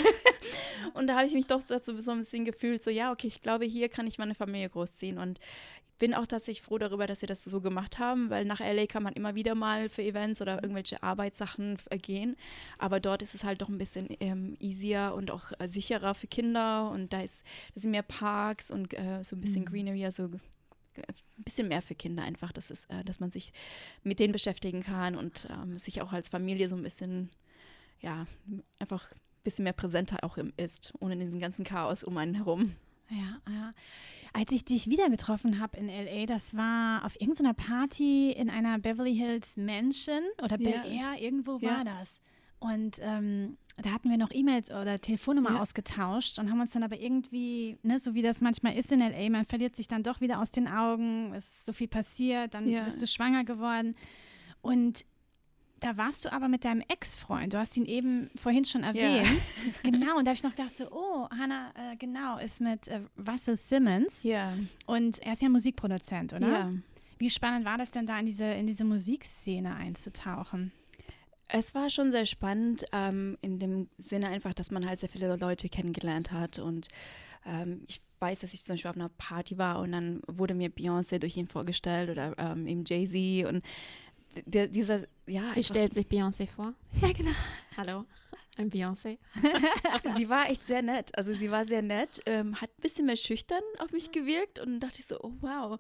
Und da habe ich mich doch dazu so ein bisschen gefühlt, so ja, okay, ich glaube, hier kann ich meine Familie großziehen. Und bin auch tatsächlich froh darüber, dass sie das so gemacht haben, weil nach L A kann man immer wieder mal für Events oder irgendwelche Arbeitssachen äh, gehen, aber dort ist es halt doch ein bisschen ähm, easier und auch äh, sicherer für Kinder und da, ist, da sind mehr Parks und äh, so ein bisschen mhm. Greenery, also äh, ein bisschen mehr für Kinder einfach, dass, es, äh, dass man sich mit denen beschäftigen kann und ähm, sich auch als Familie so ein bisschen, ja, einfach ein bisschen mehr präsenter auch im ist, ohne diesen ganzen Chaos um einen herum. Ja, ja. Als ich dich wieder getroffen habe in L A, das war auf irgendeiner Party in einer Beverly Hills Mansion oder Bel ja. Air, irgendwo ja. war das. Und ähm, da hatten wir noch E-Mails oder Telefonnummer ja. ausgetauscht und haben uns dann aber irgendwie, ne, so wie das manchmal ist in L A, man verliert sich dann doch wieder aus den Augen, es ist so viel passiert, dann ja. bist du schwanger geworden und da warst du aber mit deinem Ex-Freund, du hast ihn eben vorhin schon erwähnt. Ja. Genau, und da habe ich noch gedacht so, oh, Hannah, äh, genau, ist mit äh, Russell Simmons. Ja. Und er ist ja Musikproduzent, oder? Ja. Wie spannend war das denn da, in diese, in diese Musikszene einzutauchen? Es war schon sehr spannend, ähm, in dem Sinne einfach, dass man halt sehr viele Leute kennengelernt hat und ähm, ich weiß, dass ich zum Beispiel auf einer Party war und dann wurde mir Beyoncé durch ihn vorgestellt oder ähm, eben Jay-Z und der, dieser, ja. Wie stellt sich Beyoncé vor? Ja, genau. Hallo, I'm Beyoncé. Sie war echt sehr nett. Also sie war sehr nett, ähm, hat ein bisschen mehr schüchtern auf mich gewirkt und dann dachte ich so, oh wow.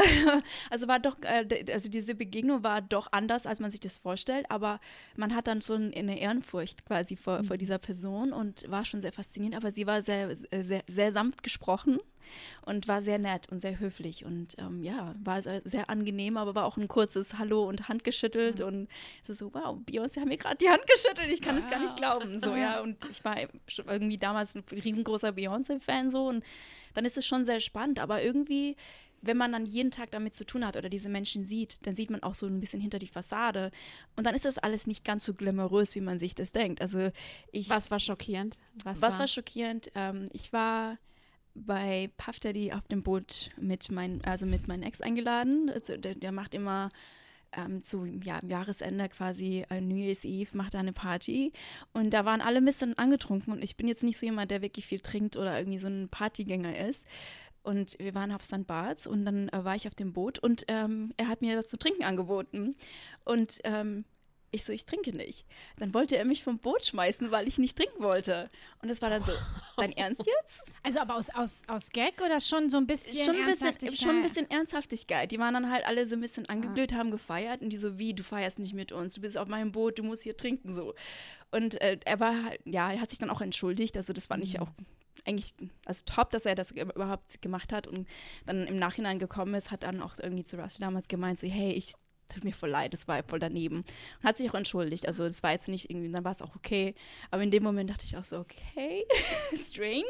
Also war doch, äh, also diese Begegnung war doch anders, als man sich das vorstellt, aber man hat dann so eine Ehrenfurcht quasi vor, mhm. vor dieser Person und war schon sehr faszinierend, aber sie war sehr, sehr, sehr sanft gesprochen. Und war sehr nett und sehr höflich und ähm, ja, war sehr, sehr angenehm, aber war auch ein kurzes Hallo und Hand geschüttelt mhm. und so, so, wow, Beyoncé hat mir gerade die Hand geschüttelt, ich kann es wow. gar nicht glauben, so, ja, und ich war schon irgendwie damals ein riesengroßer Beyoncé-Fan so und dann ist es schon sehr spannend, aber irgendwie, wenn man dann jeden Tag damit zu tun hat oder diese Menschen sieht, dann sieht man auch so ein bisschen hinter die Fassade und dann ist das alles nicht ganz so glamourös, wie man sich das denkt, also ich... Was war schockierend? Was, was war, war schockierend? Ähm, ich war... bei Puff Daddy auf dem Boot mit mein, also mit meinem Ex eingeladen. Also der, der macht immer ähm, zu ja, Jahresende quasi äh, New Year's Eve, macht da eine Party. Und da waren alle ein bisschen angetrunken. Und ich bin jetzt nicht so jemand, der wirklich viel trinkt oder irgendwie so ein Partygänger ist. Und wir waren auf Sankt Barts und dann äh, war ich auf dem Boot und ähm, er hat mir was zu trinken angeboten. Und ähm, ich so, ich trinke nicht. Dann wollte er mich vom Boot schmeißen, weil ich nicht trinken wollte. Und das war dann so, dein Ernst jetzt? Also aber aus, aus, aus Gag oder schon so ein bisschen schon ein Ernsthaftigkeit? Bisschen, schon ein bisschen Ernsthaftigkeit. Die waren dann halt alle so ein bisschen angeblöd, ah. haben gefeiert. Und die so, wie, du feierst nicht mit uns, du bist auf meinem Boot, du musst hier trinken, so. Und äh, er war halt, ja, er hat sich dann auch entschuldigt. Also das fand ich auch eigentlich, also top, dass er das überhaupt gemacht hat. Und dann im Nachhinein gekommen ist, hat dann auch irgendwie zu Russell damals gemeint, so, hey, ich tut mir voll leid, das war voll daneben. Und hat sich auch entschuldigt. Also das war jetzt nicht irgendwie, dann war es auch okay. Aber in dem Moment dachte ich auch so, okay, strange.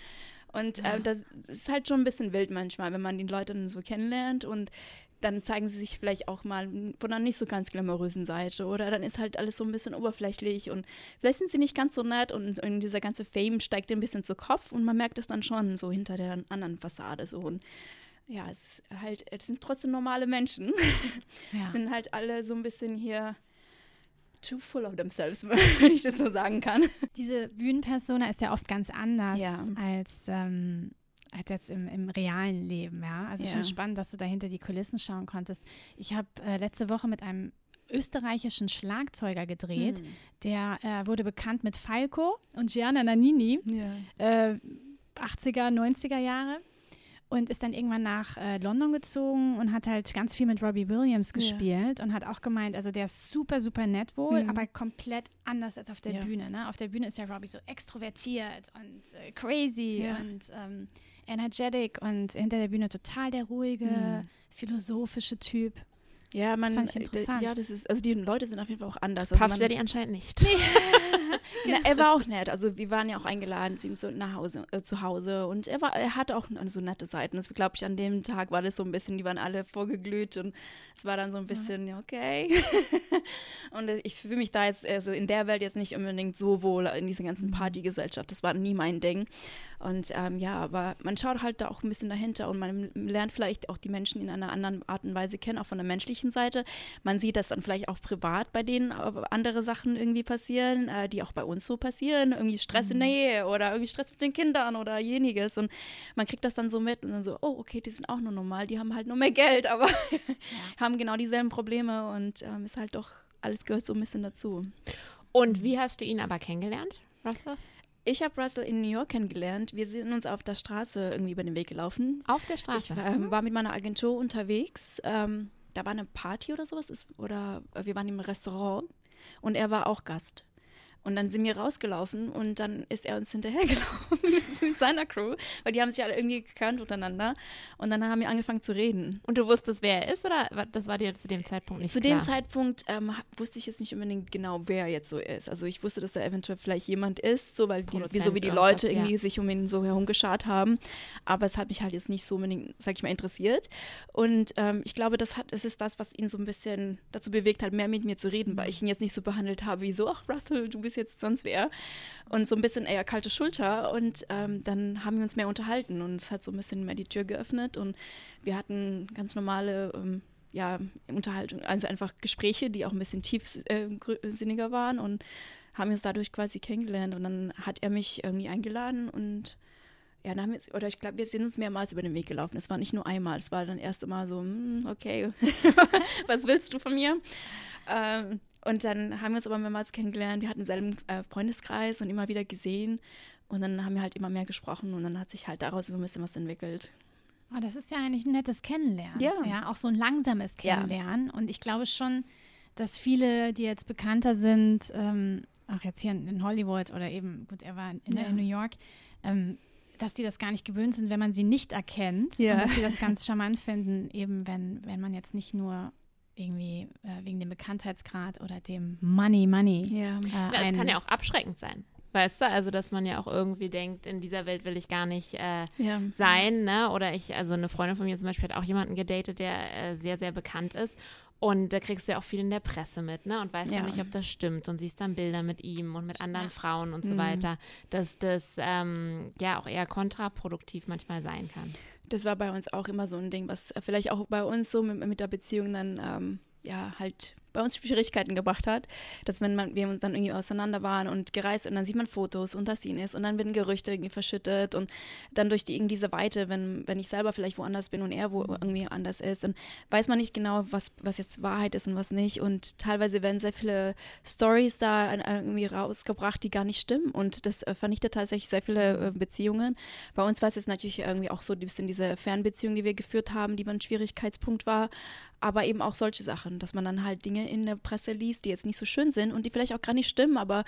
Und ja. äh, das ist halt schon ein bisschen wild manchmal, wenn man die Leute dann so kennenlernt und dann zeigen sie sich vielleicht auch mal von einer nicht so ganz glamourösen Seite oder dann ist halt alles so ein bisschen oberflächlich und vielleicht sind sie nicht ganz so nett und, und dieser ganze Fame steigt ein bisschen zu Kopf und man merkt es dann schon so hinter der anderen Fassade so und ja, es ist halt, es sind trotzdem normale Menschen. Ja. Sind halt alle so ein bisschen hier too full of themselves, wenn ich das so sagen kann. Diese Bühnenpersona ist ja oft ganz anders ja. als, ähm, als jetzt im, im realen Leben, ja. Also ja. schon spannend, dass du da hinter die Kulissen schauen konntest. Ich habe äh, letzte Woche mit einem österreichischen Schlagzeuger gedreht. Hm. Der äh, wurde bekannt mit Falco und Gianna Nannini. Ja. Äh, achtziger, neunziger Jahre. Und ist dann irgendwann nach äh, London gezogen und hat halt ganz viel mit Robbie Williams gespielt ja. und hat auch gemeint, also der ist super, super nett wohl, mhm. aber komplett anders als auf der ja. Bühne. Ne? Auf der Bühne ist ja Robbie so extrovertiert und äh, crazy ja. und ähm, energetic und hinter der Bühne total der ruhige, mhm. philosophische Typ. Ja, man, das fand ich interessant. D- ja, das ist, also die Leute sind auf jeden Fall auch anders. Puff also Daddy anscheinend nicht. Na, er war auch nett. Also wir waren ja auch eingeladen zu ihm zu, nach Hause, äh, zu Hause und er war, er hatte auch so nette Seiten. Das glaube ich, an dem Tag war das so ein bisschen, die waren alle vorgeglüht und es war dann so ein bisschen, ja, okay. Und ich fühle mich da jetzt, also in der Welt jetzt nicht unbedingt so wohl in dieser ganzen Partygesellschaft. Das war nie mein Ding. Und ähm, ja, aber man schaut halt da auch ein bisschen dahinter und man lernt vielleicht auch die Menschen in einer anderen Art und Weise kennen, auch von der menschlichen Seite. Man sieht, dass dann vielleicht auch privat bei denen andere Sachen irgendwie passieren, äh, die auch bei uns so passieren. Irgendwie Stress mhm. in der Ehe oder irgendwie Stress mit den Kindern oder jeniges. Und man kriegt das dann so mit und dann so, oh, okay, die sind auch nur normal, die haben halt nur mehr Geld, aber ja. haben genau dieselben Probleme und ähm, ist halt doch, alles gehört so ein bisschen dazu. Und wie hast du ihn aber kennengelernt, Russell? Ich habe Russell in New York kennengelernt. Wir sind uns auf der Straße irgendwie über den Weg gelaufen. Auf der Straße? Ich ähm, war mit meiner Agentur unterwegs. Ähm, da war eine Party oder sowas. Ist, oder wir waren im Restaurant und er war auch Gast. Und dann sind wir rausgelaufen und dann ist er uns hinterhergelaufen mit seiner Crew, weil die haben sich alle irgendwie gekannt untereinander. Und dann haben wir angefangen zu reden. Und du wusstest, wer er ist oder das war dir zu dem Zeitpunkt nicht zu klar? Zu dem Zeitpunkt ähm, wusste ich jetzt nicht unbedingt genau, wer er jetzt so ist. Also ich wusste, dass er eventuell vielleicht jemand ist, so weil die, wie, so wie die Leute irgendwie ja. sich um ihn so herumgeschart haben. Aber es hat mich halt jetzt nicht so unbedingt, sag ich mal, interessiert. Und ähm, ich glaube, das, hat, das ist das, was ihn so ein bisschen dazu bewegt hat, mehr mit mir zu reden, mhm. weil ich ihn jetzt nicht so behandelt habe wie so, ach Russell, du bist jetzt sonst wer. Und so ein bisschen eher kalte Schulter. Und ähm, dann haben wir uns mehr unterhalten und es hat so ein bisschen mehr die Tür geöffnet und wir hatten ganz normale ähm, ja, Unterhaltung, also einfach Gespräche, die auch ein bisschen tiefsinniger äh, waren und haben uns dadurch quasi kennengelernt. Und dann hat er mich irgendwie eingeladen und ja, dann haben wir, oder ich glaube, wir sind uns mehrmals über den Weg gelaufen. Es war nicht nur einmal, es war dann erst immer so, hm, okay, was willst du von mir? Ähm, und dann haben wir uns aber mehrmals kennengelernt. Wir hatten denselben äh, Freundeskreis und immer wieder gesehen. Und dann haben wir halt immer mehr gesprochen und dann hat sich halt daraus so ein bisschen was entwickelt. Oh, das ist ja eigentlich ein nettes Kennenlernen. Ja. Ja, auch so ein langsames Kennenlernen. Ja. Und ich glaube schon, dass viele, die jetzt bekannter sind, ähm, auch jetzt hier in Hollywood oder eben, gut, er war in, Ja. in New York, ähm, dass die das gar nicht gewöhnt sind, wenn man sie nicht erkennt. Ja. Und dass sie das ganz charmant finden, eben wenn, wenn man jetzt nicht nur irgendwie äh, wegen dem Bekanntheitsgrad oder dem Money, Money. Ja. Äh, Das ein, kann ja auch abschreckend sein. Weißt du, also dass man ja auch irgendwie denkt, in dieser Welt will ich gar nicht äh, Ja. sein, ne? Oder ich, also eine Freundin von mir zum Beispiel hat auch jemanden gedatet, der äh, sehr, sehr bekannt ist. Und da kriegst du ja auch viel in der Presse mit, ne? Und weißt Ja. dann nicht, ob das stimmt und siehst dann Bilder mit ihm und mit anderen Ja. Frauen und so Mhm. weiter, dass das ähm, ja auch eher kontraproduktiv manchmal sein kann. Das war bei uns auch immer so ein Ding, was vielleicht auch bei uns so mit, mit der Beziehung dann ähm, ja halt bei uns Schwierigkeiten gebracht hat, dass wenn man, wir uns dann irgendwie auseinander waren und gereist und dann sieht man Fotos und das ihn ist und dann werden Gerüchte irgendwie verschüttet und dann durch die, irgendwie diese Weite, wenn, wenn ich selber vielleicht woanders bin und er wo irgendwie anders ist, dann weiß man nicht genau, was, was jetzt Wahrheit ist und was nicht und teilweise werden sehr viele Stories da irgendwie rausgebracht, die gar nicht stimmen und das äh, vernichtet tatsächlich sehr viele äh, Beziehungen. Bei uns war es jetzt natürlich irgendwie auch so ein bisschen diese Fernbeziehung, die wir geführt haben, die ein Schwierigkeitspunkt war, aber eben auch solche Sachen, dass man dann halt Dinge in der Presse liest, die jetzt nicht so schön sind und die vielleicht auch gar nicht stimmen, aber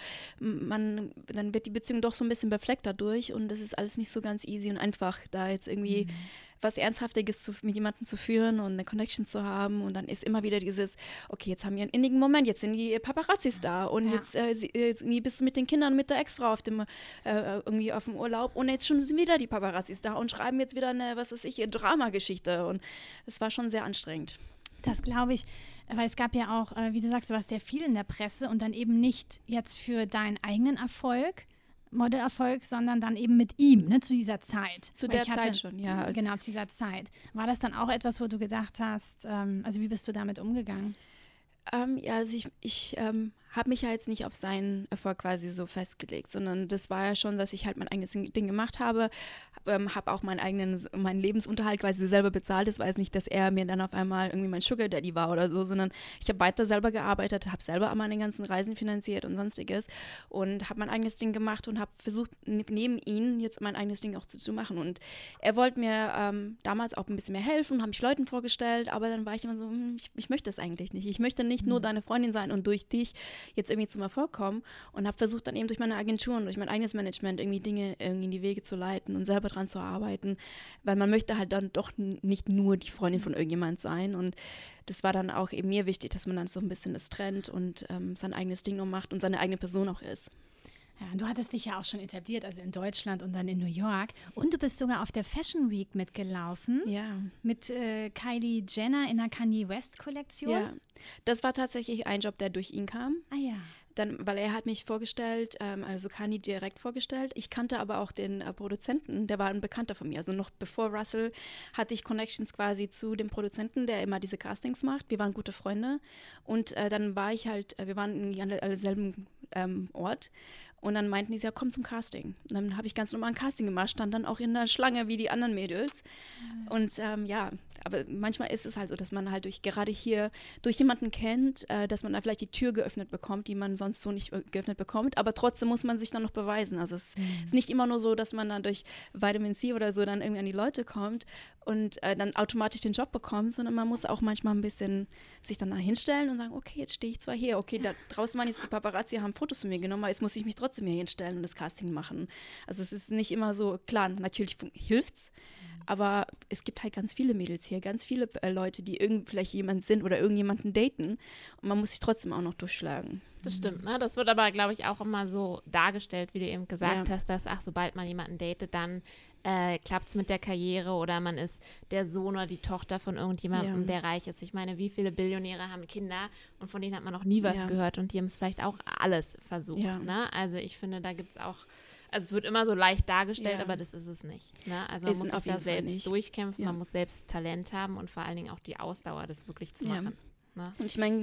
man, dann wird die Beziehung doch so ein bisschen befleckt dadurch und das ist alles nicht so ganz easy und einfach, da jetzt irgendwie mhm. was Ernsthaftiges zu, mit jemandem zu führen und eine Connection zu haben und dann ist immer wieder dieses, okay, jetzt haben wir einen innigen Moment, jetzt sind die Paparazzis da und ja. jetzt, äh, jetzt bist du mit den Kindern, mit der Ex-Frau auf dem, äh, irgendwie auf dem Urlaub und jetzt schon sind wieder die Paparazzis da und schreiben jetzt wieder eine, was weiß ich, Dramageschichte und es war schon sehr anstrengend. Das glaube ich, weil es gab ja auch, äh, wie du sagst, du warst sehr viel in der Presse und dann eben nicht jetzt für deinen eigenen Erfolg, Modelerfolg, sondern dann eben mit ihm, ne, zu dieser Zeit. Zu weil der hatte, Zeit schon, ja. Genau, zu dieser Zeit. War das dann auch etwas, wo du gedacht hast, ähm, also wie bist du damit umgegangen? Ähm, ja, also ich, ich ähm, habe mich ja jetzt nicht auf seinen Erfolg quasi so festgelegt, sondern das war ja schon, dass ich halt mein eigenes Ding gemacht habe, ähm, habe auch meinen eigenen, meinen Lebensunterhalt quasi selber bezahlt. Das war jetzt nicht, dass er mir dann auf einmal irgendwie mein Sugar Daddy war oder so, sondern ich habe weiter selber gearbeitet, habe selber meine ganzen Reisen finanziert und sonstiges und habe mein eigenes Ding gemacht und habe versucht, neben ihm jetzt mein eigenes Ding auch zu, zu machen. Und er wollte mir ähm, damals auch ein bisschen mehr helfen, habe mich Leuten vorgestellt, aber dann war ich immer so, hm, ich, ich möchte das eigentlich nicht. Ich möchte nicht mhm. nur deine Freundin sein und durch dich jetzt irgendwie zum Erfolg kommen und habe versucht dann eben durch meine Agentur und durch mein eigenes Management irgendwie Dinge irgendwie in die Wege zu leiten und selber dran zu arbeiten, weil man möchte halt dann doch nicht nur die Freundin von irgendjemand sein und das war dann auch eben mir wichtig, dass man dann so ein bisschen das trennt und ähm, sein eigenes Ding noch macht und seine eigene Person auch ist. Ja, du hattest dich ja auch schon etabliert, also in Deutschland und dann in New York. Und du bist sogar auf der Fashion Week mitgelaufen. Ja. Mit äh, Kylie Jenner in der Kanye West Kollektion. Ja, das war tatsächlich ein Job, der durch ihn kam. Ah ja. Dann, weil er hat mich vorgestellt, ähm, also Kanye direkt vorgestellt. Ich kannte aber auch den äh, Produzenten, der war ein Bekannter von mir. Also noch bevor Russell hatte ich Connections quasi zu dem Produzenten, der immer diese Castings macht. Wir waren gute Freunde. Und äh, dann war ich halt, äh, wir waren irgendwie an demselben ähm, Ort. Und dann meinten die, ja, komm zum Casting. Und dann habe ich ganz normal ein Casting gemacht, stand dann auch in der Schlange wie die anderen Mädels. Mhm. Und ähm, ja, aber manchmal ist es halt so, dass man halt durch, gerade hier durch jemanden kennt, äh, dass man da vielleicht die Tür geöffnet bekommt, die man sonst so nicht geöffnet bekommt. Aber trotzdem muss man sich dann noch beweisen. Also es mhm. ist nicht immer nur so, dass man dann durch Vitamin C oder so dann irgendwie an die Leute kommt und äh, dann automatisch den Job bekommt, sondern man muss auch manchmal ein bisschen sich dann da hinstellen und sagen, okay, jetzt stehe ich zwar hier, okay, da draußen waren jetzt die Paparazzi, haben Fotos von mir genommen, aber jetzt muss ich mich trotzdem hier hinstellen und das Casting machen. Also es ist nicht immer so, klar, natürlich hilft's, mhm. aber es gibt halt ganz viele Mädels hier, ganz viele äh, Leute, die irgend vielleicht jemand sind oder irgendjemanden daten und man muss sich trotzdem auch noch durchschlagen. Das stimmt, ne? Das wird aber, glaube ich, auch immer so dargestellt, wie du eben gesagt ja. hast, dass, ach, sobald man jemanden datet, dann äh, klappt es mit der Karriere oder man ist der Sohn oder die Tochter von irgendjemandem, ja. der reich ist. Ich meine, wie viele Billionäre haben Kinder und von denen hat man noch nie was ja. gehört und die haben es vielleicht auch alles versucht, ja. ne? Also ich finde, da gibt es auch, also es wird immer so leicht dargestellt, ja. aber das ist es nicht, ne? Also man ist muss sich da selbst nicht. durchkämpfen, ja. man muss selbst Talent haben und vor allen Dingen auch die Ausdauer, das wirklich zu ja. machen. Ne? Und ich meine,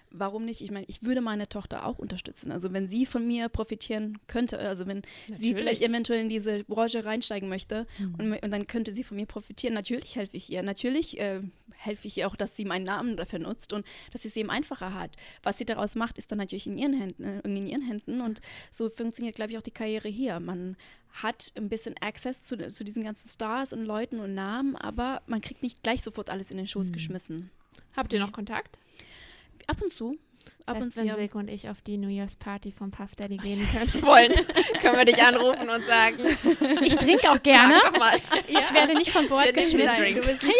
warum nicht? Ich meine, ich würde meine Tochter auch unterstützen. Also wenn sie von mir profitieren könnte, also wenn natürlich. sie vielleicht eventuell in diese Branche reinsteigen möchte mhm. und, und dann könnte sie von mir profitieren. Natürlich helfe ich ihr. Natürlich äh, helfe ich ihr auch, dass sie meinen Namen dafür nutzt und dass sie es eben einfacher hat. Was sie daraus macht, ist dann natürlich in ihren Händen, äh, in ihren Händen. Und so funktioniert, glaube ich, auch die Karriere hier. Man hat ein bisschen Access zu, zu diesen ganzen Stars und Leuten und Namen, aber man kriegt nicht gleich sofort alles in den Schoß mhm. geschmissen. Habt ihr noch Kontakt? Ab und zu. Ab Ab und zu, wenn ja. Silke und ich auf die New Year's Party vom Puff Daddy gehen können, wollen, können wir dich anrufen und sagen, ich trinke auch gerne. Sag doch mal. Ja. Ich werde nicht von Bord geschmissen. Du bist nicht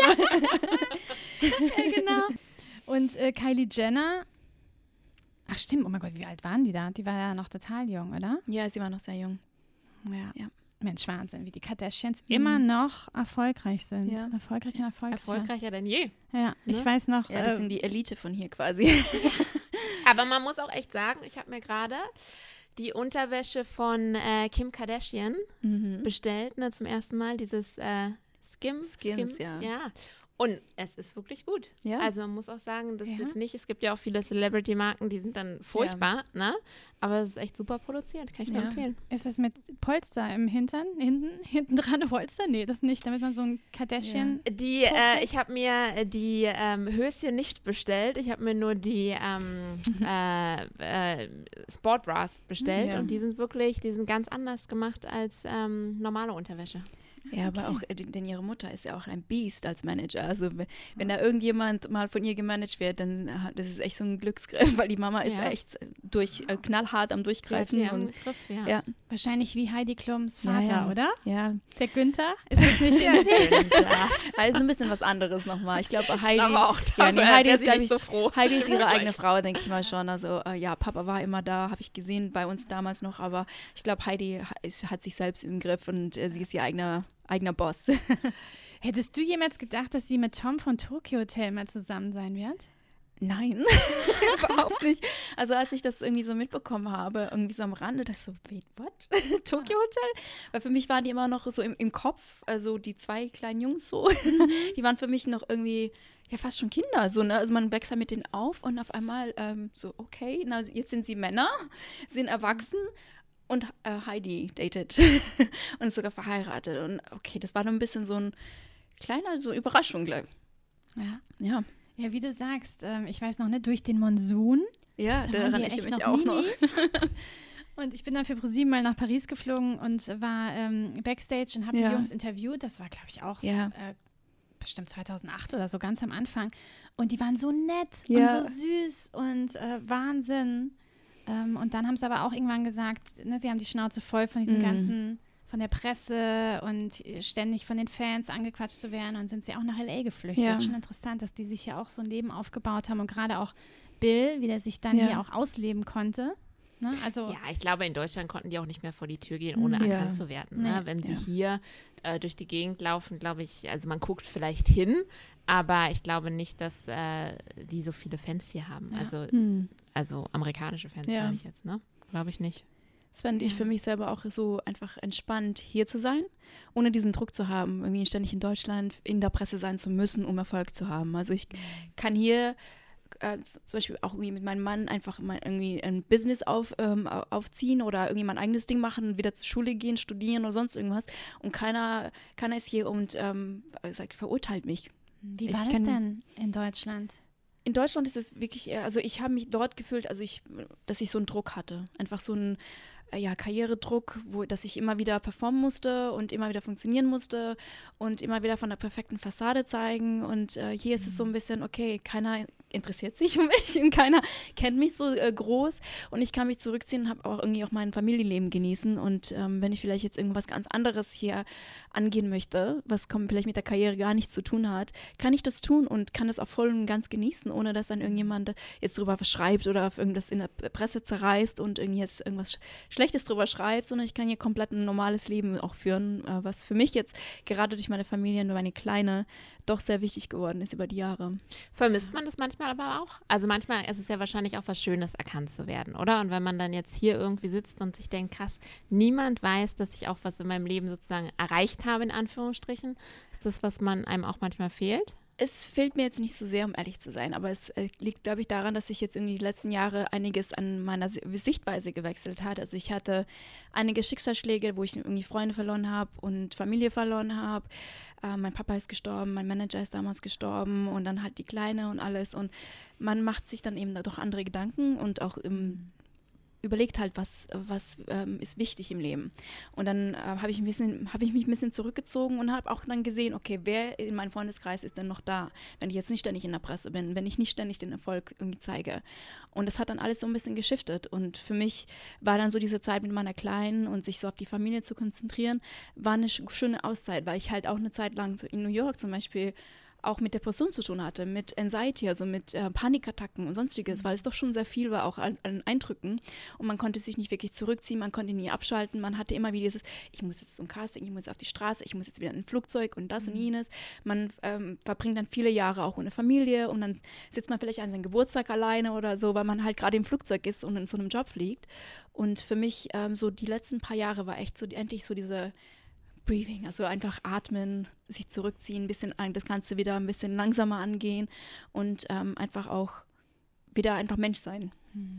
ja. ja, genau. Und äh, Kylie Jenner, ach stimmt, oh mein Gott, wie alt waren die da? Die war ja noch total jung, oder? Ja, sie war noch sehr jung. Ja. ja. Mensch, Wahnsinn, wie die Kardashians mhm. immer noch erfolgreich sind. Ja. Erfolgreich und erfolgreich. Erfolgreicher denn je. Ja, ne? Ich weiß noch. Ja, das äh, sind die Elite von hier quasi. Aber man muss auch echt sagen, ich habe mir gerade die Unterwäsche von äh, Kim Kardashian mhm. bestellt, ne, zum ersten Mal, dieses äh, Skim, Skims, Skims, ja. ja. Und es ist wirklich gut. Ja. Also man muss auch sagen, das ja. ist jetzt nicht, es gibt ja auch viele Celebrity-Marken, die sind dann furchtbar, ja. ne? Aber es ist echt super produziert, kann ich nur ja. empfehlen. Ist das mit Polster im Hintern? Hinten, hinten dran Polster? Nee, das nicht, damit man so ein Kardashian... Ja. Die, äh, ich habe mir die ähm, Höschen nicht bestellt, ich habe mir nur die ähm, äh, äh, Sportbras bestellt ja. und die sind wirklich, die sind ganz anders gemacht als ähm, normale Unterwäsche. Ja, okay. aber auch, denn ihre Mutter ist ja auch ein Biest als Manager. Also wenn, wenn da irgendjemand mal von ihr gemanagt wird, dann das ist echt so ein Glücksgriff, weil die Mama ist ja. echt durch, äh, knallhart am Durchgreifen. Ja, und, Griff, ja. ja. Wahrscheinlich wie Heidi Klums Vater, ja, ja. oder? Ja. Der Günther? Ist das nicht der Günther? Da ist ein bisschen was anderes nochmal. Ich glaube, Heidi, ich glaube auch, ja, nee, Heidi ist, glaube ich, so froh. Heidi ist ihre eigene Frau, denke ich mal schon. Also äh, ja, Papa war immer da, habe ich gesehen, bei uns damals noch. Aber ich glaube, Heidi ist, hat sich selbst im Griff und äh, sie ist ihr eigener eigener Boss. Hättest du jemals gedacht, dass sie mit Tom von Tokyo Hotel mal zusammen sein wird? Nein, überhaupt nicht. Also als ich das irgendwie so mitbekommen habe, irgendwie so am Rande, dachte ich so, wait, what? Tokyo Hotel? Weil für mich waren die immer noch so im, im Kopf, also die zwei kleinen Jungs so, die waren für mich noch irgendwie, ja fast schon Kinder, so, ne? Also man wächst mit denen auf und auf einmal ähm, so, okay, na, jetzt sind sie Männer, sind erwachsen. Und äh, Heidi datet und ist sogar verheiratet. Und okay, das war dann ein bisschen so ein kleiner so Überraschung, glaube ich. Ja. Ja. Ja, wie du sagst, ähm, ich weiß noch, ne, durch den Monsun. Ja, da erinnere ich mich auch noch. Und ich bin dann für ProSieben mal nach Paris geflogen und war ähm, Backstage und habe ja. die Jungs interviewt. Das war, glaube ich, auch ja. äh, bestimmt zweitausendacht oder so, ganz am Anfang. Und die waren so nett ja. und so süß und äh, Wahnsinn. Um, und dann haben sie aber auch irgendwann gesagt, ne, sie haben die Schnauze voll von diesen mm. ganzen, von der Presse und ständig von den Fans angequatscht zu werden und sind sie auch nach L A geflüchtet. Ja. Schon interessant, dass die sich ja auch so ein Leben aufgebaut haben und gerade auch Bill, wie der sich dann ja. hier auch ausleben konnte. Ne? Also, ja, ich glaube, in Deutschland konnten die auch nicht mehr vor die Tür gehen, ohne ja. erkannt zu werden. Ne? Nee. Wenn sie Ja. hier äh, durch die Gegend laufen, glaube ich, also man guckt vielleicht hin, aber ich glaube nicht, dass äh, die so viele Fans hier haben. Ja. Also, Hm. also amerikanische Fans Ja. meine ich jetzt, ne? Glaube ich nicht. Das fand ich Ja. für mich selber auch so einfach entspannt, hier zu sein, ohne diesen Druck zu haben, irgendwie ständig in Deutschland in der Presse sein zu müssen, um Erfolg zu haben. Also ich kann hier äh, zum Beispiel auch irgendwie mit meinem Mann einfach mal irgendwie ein Business auf, ähm, aufziehen oder irgendwie mein eigenes Ding machen, wieder zur Schule gehen, studieren oder sonst irgendwas. Und keiner, keiner ist hier und ähm, sagt, verurteilt mich. wie ich war das kann- denn in Deutschland? In Deutschland ist es wirklich eher, also ich habe mich dort gefühlt, also ich, dass ich so einen Druck hatte. Einfach so einen äh, ja, Karrieredruck, wo, dass ich immer wieder performen musste und immer wieder funktionieren musste und immer wieder von der perfekten Fassade zeigen. Und äh, hier ist es so ein bisschen, okay, keiner interessiert sich für mich und keiner kennt mich so äh, groß und ich kann mich zurückziehen und habe auch irgendwie auch mein Familienleben genießen. Und ähm, wenn ich vielleicht jetzt irgendwas ganz anderes hier angehen möchte, was kommt vielleicht mit der Karriere gar nichts zu tun hat, kann ich das tun und kann das auch voll und ganz genießen, ohne dass dann irgendjemand jetzt drüber was schreibt oder auf irgendwas in der Presse zerreißt und irgendwie jetzt irgendwas Sch- Schlechtes drüber schreibt, sondern ich kann hier komplett ein normales Leben auch führen, äh, was für mich jetzt gerade durch meine Familie, nur meine Kleine, doch sehr wichtig geworden ist über die Jahre. Vermisst man das manchmal aber auch? Also manchmal ist es ja wahrscheinlich auch was Schönes, erkannt zu werden, oder? Und wenn man dann jetzt hier irgendwie sitzt und sich denkt, krass, niemand weiß, dass ich auch was in meinem Leben sozusagen erreicht habe, in Anführungsstrichen, ist das, was man einem auch manchmal fehlt? Es fehlt mir jetzt nicht so sehr, um ehrlich zu sein, aber es äh, liegt, glaube ich, daran, dass sich jetzt irgendwie die letzten Jahre einiges an meiner Sichtweise gewechselt hat. Also ich hatte einige Schicksalsschläge, wo ich irgendwie Freunde verloren habe und Familie verloren habe. Äh, mein Papa ist gestorben, mein Manager ist damals gestorben und dann halt die Kleine und alles. Und man macht sich dann eben doch andere Gedanken und auch im überlegt halt, was, was ähm, ist wichtig im Leben. Und dann äh, habe ich, hab ich mich ein bisschen zurückgezogen und habe auch dann gesehen, okay, wer in meinem Freundeskreis ist denn noch da, wenn ich jetzt nicht ständig in der Presse bin, wenn ich nicht ständig den Erfolg irgendwie zeige. Und das hat dann alles so ein bisschen geschiftet. Und für mich war dann so diese Zeit mit meiner Kleinen und sich so auf die Familie zu konzentrieren, war eine sch- schöne Auszeit, weil ich halt auch eine Zeit lang so in New York zum Beispiel auch mit Depression zu tun hatte, mit Anxiety, also mit äh, Panikattacken und sonstiges, weil es doch schon sehr viel war, auch an, an Eindrücken. Und man konnte sich nicht wirklich zurückziehen, man konnte nie abschalten, man hatte immer wieder dieses, ich muss jetzt zum Casting, ich muss auf die Straße, ich muss jetzt wieder in ein Flugzeug und das mhm. und jenes. Man ähm, verbringt dann viele Jahre auch ohne Familie und dann sitzt man vielleicht an seinem Geburtstag alleine oder so, weil man halt gerade im Flugzeug ist und in so einem Job fliegt. Und für mich ähm, so die letzten paar Jahre war echt so endlich so diese Breathing, also einfach atmen, sich zurückziehen, ein bisschen das Ganze wieder ein bisschen langsamer angehen und ähm, einfach auch wieder einfach Mensch sein.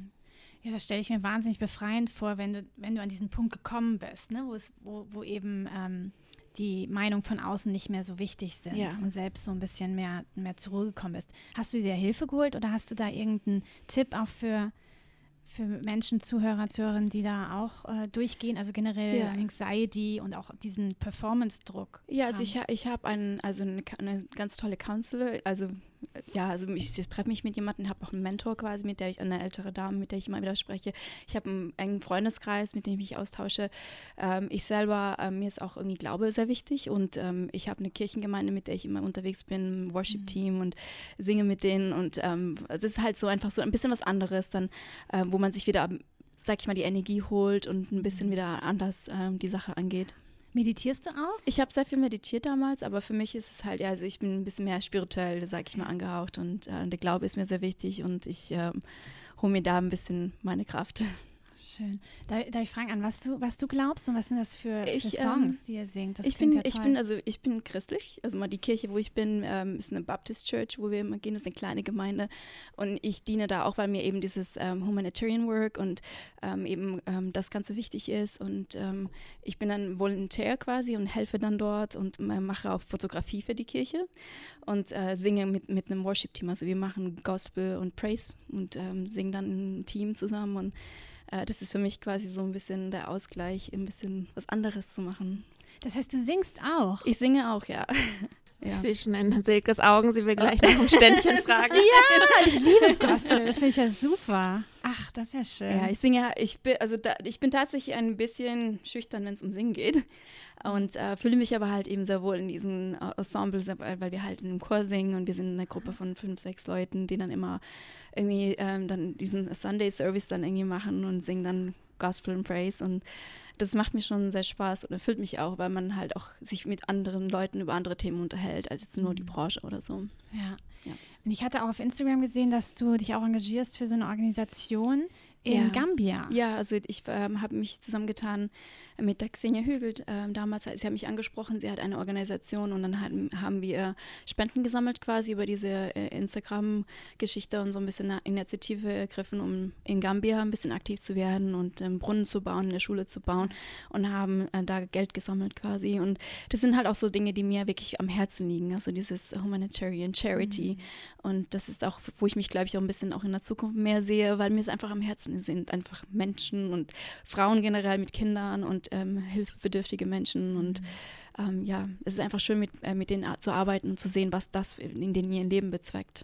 Ja, das stelle ich mir wahnsinnig befreiend vor, wenn du, wenn du an diesen Punkt gekommen bist, ne, wo es, wo, wo eben ähm, die Meinung von außen nicht mehr so wichtig sind ja. und selbst so ein bisschen mehr, mehr zur Ruhe gekommen bist. Hast du dir Hilfe geholt oder hast du da irgendeinen Tipp auch für für Menschen, Zuhörer, Zuhörerinnen, die da auch äh, durchgehen, also generell ja. Anxiety und auch diesen Performance-Druck? Ja, also haben. ich, ich habe einen, also eine, eine ganz tolle Counselor, also ja, also ich, ich treffe mich mit jemandem, habe auch einen Mentor quasi, mit der ich, eine ältere Dame, mit der ich immer wieder spreche. Ich habe einen engen Freundeskreis, mit dem ich mich austausche. Ähm, ich selber, äh, mir ist auch irgendwie Glaube sehr wichtig und ähm, ich habe eine Kirchengemeinde, mit der ich immer unterwegs bin, ein Worship-Team mhm. und singe mit denen und ähm, es ist halt so einfach so ein bisschen was anderes dann, äh, wo man sich wieder, sag ich mal, die Energie holt und ein bisschen wieder anders ähm, die Sache angeht. Meditierst du auch? Ich habe sehr viel meditiert damals, aber für mich ist es halt, ja, also ich bin ein bisschen mehr spirituell, sag ich mal, angehaucht und äh, der Glaube ist mir sehr wichtig und ich äh, hole mir da ein bisschen meine Kraft. Schön. Darf, darf ich fragen an, was du, was du glaubst und was sind das für, ich, für Songs, ähm, die ihr singt? Das ich bin, ja ich bin, also ich bin christlich, also mal die Kirche, wo ich bin, ähm, ist eine Baptist Church, wo wir immer gehen, ist eine kleine Gemeinde und ich diene da auch, weil mir eben dieses ähm, Humanitarian Work und ähm, eben ähm, das Ganze wichtig ist und ähm, ich bin dann Volontär quasi und helfe dann dort und äh, mache auch Fotografie für die Kirche und äh, singe mit, mit einem Worship-Team, also wir machen Gospel und Praise und ähm, singen dann im Team zusammen und das ist für mich quasi so ein bisschen der Ausgleich, ein bisschen was anderes zu machen. Das heißt, du singst auch? Ich singe auch, ja. Ich ja. sehe schon in Silkes Augen, sie will gleich noch ein Ständchen fragen. Ja, ich liebe Gospel, das finde ich ja super. Ach, das ist ja schön. Ja, ich singe, ich bin, also da, ich bin tatsächlich ein bisschen schüchtern, wenn es um Singen geht. Und äh, fühle mich aber halt eben sehr wohl in diesen äh, Ensembles, weil wir halt in einem Chor singen und wir sind eine Gruppe von fünf, sechs Leuten, die dann immer irgendwie ähm, dann diesen Sunday Service dann irgendwie machen und singen dann Gospel und Praise und das macht mir schon sehr Spaß und erfüllt mich auch, weil man halt auch sich mit anderen Leuten über andere Themen unterhält, als jetzt nur die Branche oder so. Ja. ja. Und ich hatte auch auf Instagram gesehen, dass du dich auch engagierst für so eine Organisation in ja. Gambia. Ja, also ich ähm, habe mich zusammengetan mit der Xenia Hügel. Ähm, damals, sie hat mich angesprochen, sie hat eine Organisation und dann haben, haben wir Spenden gesammelt quasi über diese äh, Instagram-Geschichte und so ein bisschen eine Initiative ergriffen, um in Gambia ein bisschen aktiv zu werden und ähm, Brunnen zu bauen, eine Schule zu bauen und haben äh, da Geld gesammelt quasi. Und das sind halt auch so Dinge, die mir wirklich am Herzen liegen, also dieses Humanitarian Charity. Mhm. Und das ist auch, wo ich mich, glaube ich, auch ein bisschen auch in der Zukunft mehr sehe, weil mir es einfach am Herzen sind, einfach Menschen und Frauen generell mit Kindern und ähm, hilfebedürftige Menschen und ähm, ja, es ist einfach schön, mit, äh, mit denen zu arbeiten und zu sehen, was das in denen ihr Leben bezweckt.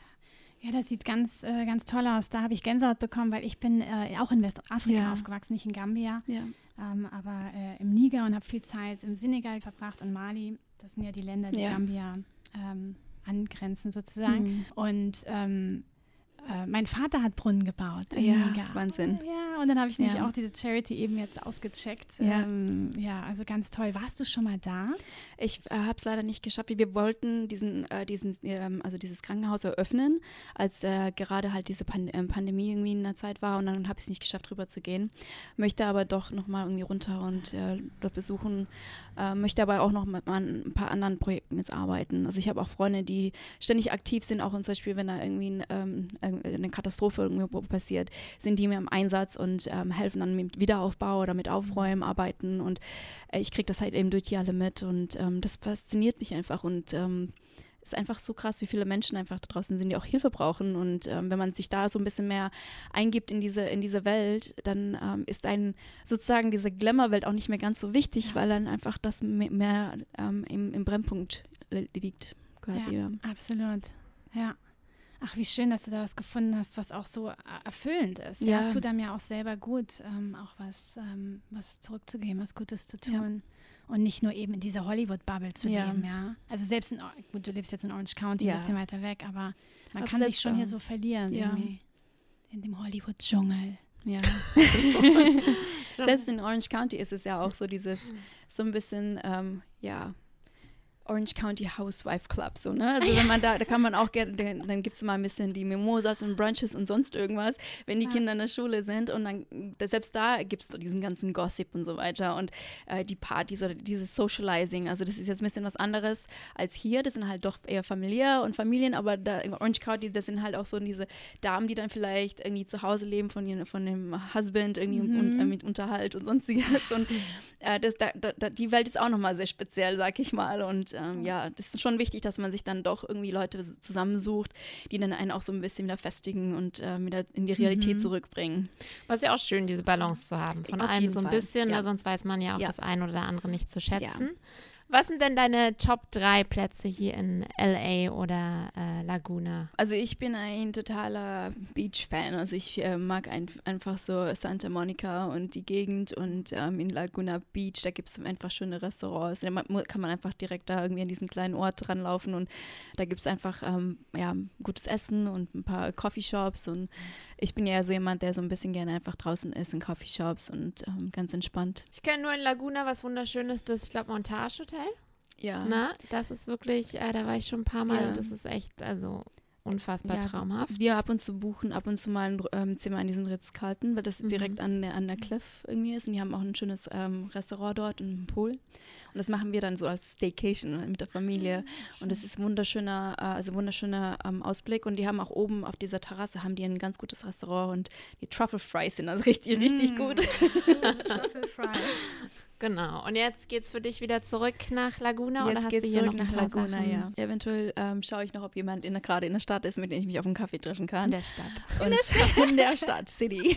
Ja, das sieht ganz, äh, ganz toll aus. Da habe ich Gänsehaut bekommen, weil ich bin äh, auch in Westafrika ja. aufgewachsen, nicht in Gambia, ja. ähm, aber äh, im Niger und habe viel Zeit im Senegal verbracht und Mali. Das sind ja die Länder, die ja. Gambia ähm, angrenzen sozusagen. Mhm. Und ähm, äh, mein Vater hat Brunnen gebaut im ja, Niger. Wahnsinn. Ja, und dann habe ich nämlich Ja. auch diese Charity eben jetzt ausgecheckt. Ja. Ähm, ja, also ganz toll. Warst du schon mal da? Ich äh, habe es leider nicht geschafft. Wir wollten diesen, äh, diesen, ähm, also dieses Krankenhaus eröffnen, als äh, gerade halt diese Pan- ähm, Pandemie irgendwie in der Zeit war und dann habe ich es nicht geschafft, rüber zu gehen. Möchte aber doch nochmal irgendwie runter und äh, dort besuchen. Äh, möchte aber auch noch mit an ein paar anderen Projekten jetzt arbeiten. Also ich habe auch Freunde, die ständig aktiv sind, auch zum Beispiel, wenn da irgendwie ein, ähm, eine Katastrophe irgendwo passiert, sind die mir im Einsatz und ähm, helfen dann mit Wiederaufbau oder mit Aufräumen, arbeiten und äh, ich kriege das halt eben durch die alle mit und ähm, das fasziniert mich einfach und ähm, ist einfach so krass, wie viele Menschen einfach da draußen sind, die auch Hilfe brauchen und ähm, wenn man sich da so ein bisschen mehr eingibt in diese, in diese Welt, dann ähm, ist ein sozusagen diese Glamour-Welt auch nicht mehr ganz so wichtig, Ja. weil dann einfach das mehr, mehr ähm, im, im Brennpunkt liegt quasi. Ja, Ja. absolut. Ja. Ach, wie schön, dass du da was gefunden hast, was auch so äh, erfüllend ist. Ja, Ja. es tut einem ja auch selber gut, ähm, auch was, ähm, was zurückzugeben, was Gutes zu tun. Und nicht nur eben in dieser Hollywood-Bubble zu Ja. leben, ja. Also selbst in, Or- gut, du lebst jetzt in Orange County, Ja. ein bisschen weiter weg, aber man Aber kann sich selbst schon hier da. so verlieren, Ja. irgendwie. In dem Hollywood-Dschungel. Ja. Selbst in Orange County ist es ja auch so dieses, so ein bisschen, ähm, ja, Orange County Housewife Club, so, ne? Also wenn man da, da kann man auch gerne, dann, dann gibt es mal ein bisschen die Mimosas und Brunches und sonst irgendwas, wenn die Ja. Kinder in der Schule sind und dann, da- selbst da gibt es diesen ganzen Gossip und so weiter und äh, die Partys oder dieses Socializing, also das ist jetzt ein bisschen was anderes als hier, das sind halt doch eher familiär und Familien, aber da in Orange County, das sind halt auch so diese Damen, die dann vielleicht irgendwie zu Hause leben von, ihren, von dem Husband irgendwie Mhm. und, äh, mit Unterhalt und sonstiges und äh, das, da, da, die Welt ist auch nochmal sehr speziell, sag ich mal und ähm, ja, das ist schon wichtig, dass man sich dann doch irgendwie Leute zusammensucht, die dann einen auch so ein bisschen wieder festigen und äh, wieder in die Realität Mhm. zurückbringen. Was ja auch schön, diese Balance zu haben. Von Auf allem jeden so ein Fall, bisschen, ja. weil sonst weiß man ja auch Ja. das eine oder andere nicht zu schätzen. Was sind denn deine Top drei Plätze hier in L A oder äh, Laguna? Also ich bin ein totaler Beach-Fan, also ich äh, mag ein, einfach so Santa Monica und die Gegend und ähm, in Laguna Beach, da gibt es einfach schöne Restaurants, da man- kann man einfach direkt da irgendwie an diesen kleinen Ort ranlaufen und da gibt es einfach ähm, ja, gutes Essen und ein paar Coffeeshops und ich bin ja so jemand, der so ein bisschen gerne einfach draußen ist in Coffeeshops und ähm, ganz entspannt. Ich kenne nur in Laguna was Wunderschönes, das, ich glaube, Montage Hotel. Ja. Na, das ist wirklich, äh, da war ich schon ein paar Mal Ja. und das ist echt, also unfassbar Ja, traumhaft. Wir ab und zu buchen ab und zu mal ein ähm, Zimmer in diesen Ritz-Carlton, weil das Mhm. direkt an der, an der Cliff irgendwie ist und die haben auch ein schönes ähm, Restaurant dort und einen Pool. Und das machen wir dann so als Staycation mit der Familie. Und es ist ein wunderschöner, äh, also wunderschöner ähm, Ausblick. Und die haben auch oben auf dieser Terrasse haben die ein ganz gutes Restaurant und die Truffle Fries sind also richtig, richtig Mm. gut. Truffle Fries. Genau. Und jetzt geht's für dich wieder zurück nach Laguna oder Jetzt hast geht's du hier zurück noch ein nach paar Laguna, Sachen ja. Eventuell ähm, schaue ich noch, ob jemand in der, gerade in der Stadt ist, mit dem ich mich auf einen Kaffee treffen kann. in der Stadt? Und in der Stadt, in der Stadt City.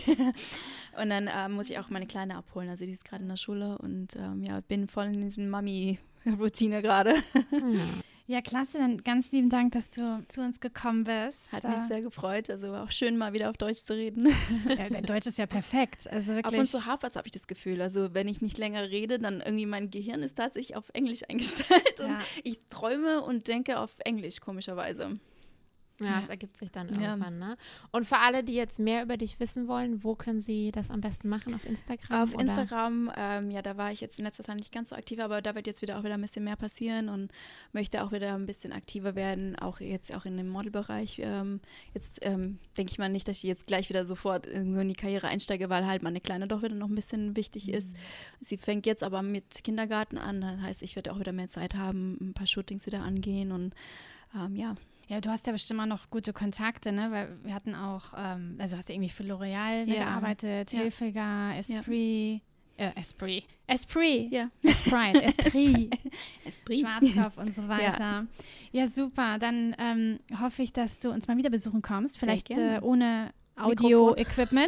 Und dann ähm, muss ich auch meine Kleine abholen. Also die ist gerade in der Schule und ähm, ja, bin voll in diesen Mami-Routine gerade. Hm. Ja, klasse. Dann ganz lieben Dank, dass du zu uns gekommen bist. Hat Da- mich sehr gefreut. Also war auch schön, mal wieder auf Deutsch zu reden. Ja, dein Deutsch ist ja perfekt. Also wirklich. Ab und zu hapert es, habe ich das Gefühl. Also wenn ich nicht länger rede, dann irgendwie mein Gehirn ist tatsächlich auf Englisch eingestellt. Und Ja. ich träume und denke auf Englisch, komischerweise. Ja, Ja. es ergibt sich dann Ja. irgendwann, ne? Und für alle, die jetzt mehr über dich wissen wollen, wo können sie das am besten machen? Auf Instagram? Auf oder? Instagram, ähm, ja, da war ich jetzt in letzter Zeit nicht ganz so aktiv, aber da wird jetzt wieder auch wieder ein bisschen mehr passieren und möchte auch wieder ein bisschen aktiver werden, auch jetzt auch in dem Modelbereich. Ähm, jetzt ähm, denke ich mal nicht, dass ich jetzt gleich wieder sofort in so in die Karriere einsteige, weil halt meine Kleine doch wieder noch ein bisschen wichtig ist. Sie fängt jetzt aber mit Kindergarten an, das heißt, ich werde auch wieder mehr Zeit haben, ein paar Shootings wieder angehen und ähm, ja. Ja, du hast ja bestimmt auch noch gute Kontakte, ne? Weil wir hatten auch, ähm, also du hast ja irgendwie für L'Oreal ne, Ja. gearbeitet, Ja. Hilfiger, Esprit, äh, Esprit, Esprit, Ja. Esprit, Esprit, Esprit. Schwarzkopf und so weiter. Ja, super. Dann ähm, hoffe ich, dass du uns mal wieder besuchen kommst. Vielleicht gerne. äh, ohne Mikrofon. Audio-Equipment.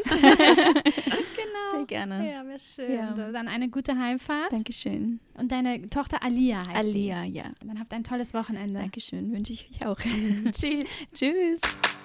Sehr gerne. Ja, wäre schön. Ja. Dann eine gute Heimfahrt. Dankeschön. Und deine Tochter Alia heißt Alia, ja. sie. Dann habt ein tolles Wochenende. Dankeschön, wünsche ich euch auch. Tschüss. Tschüss.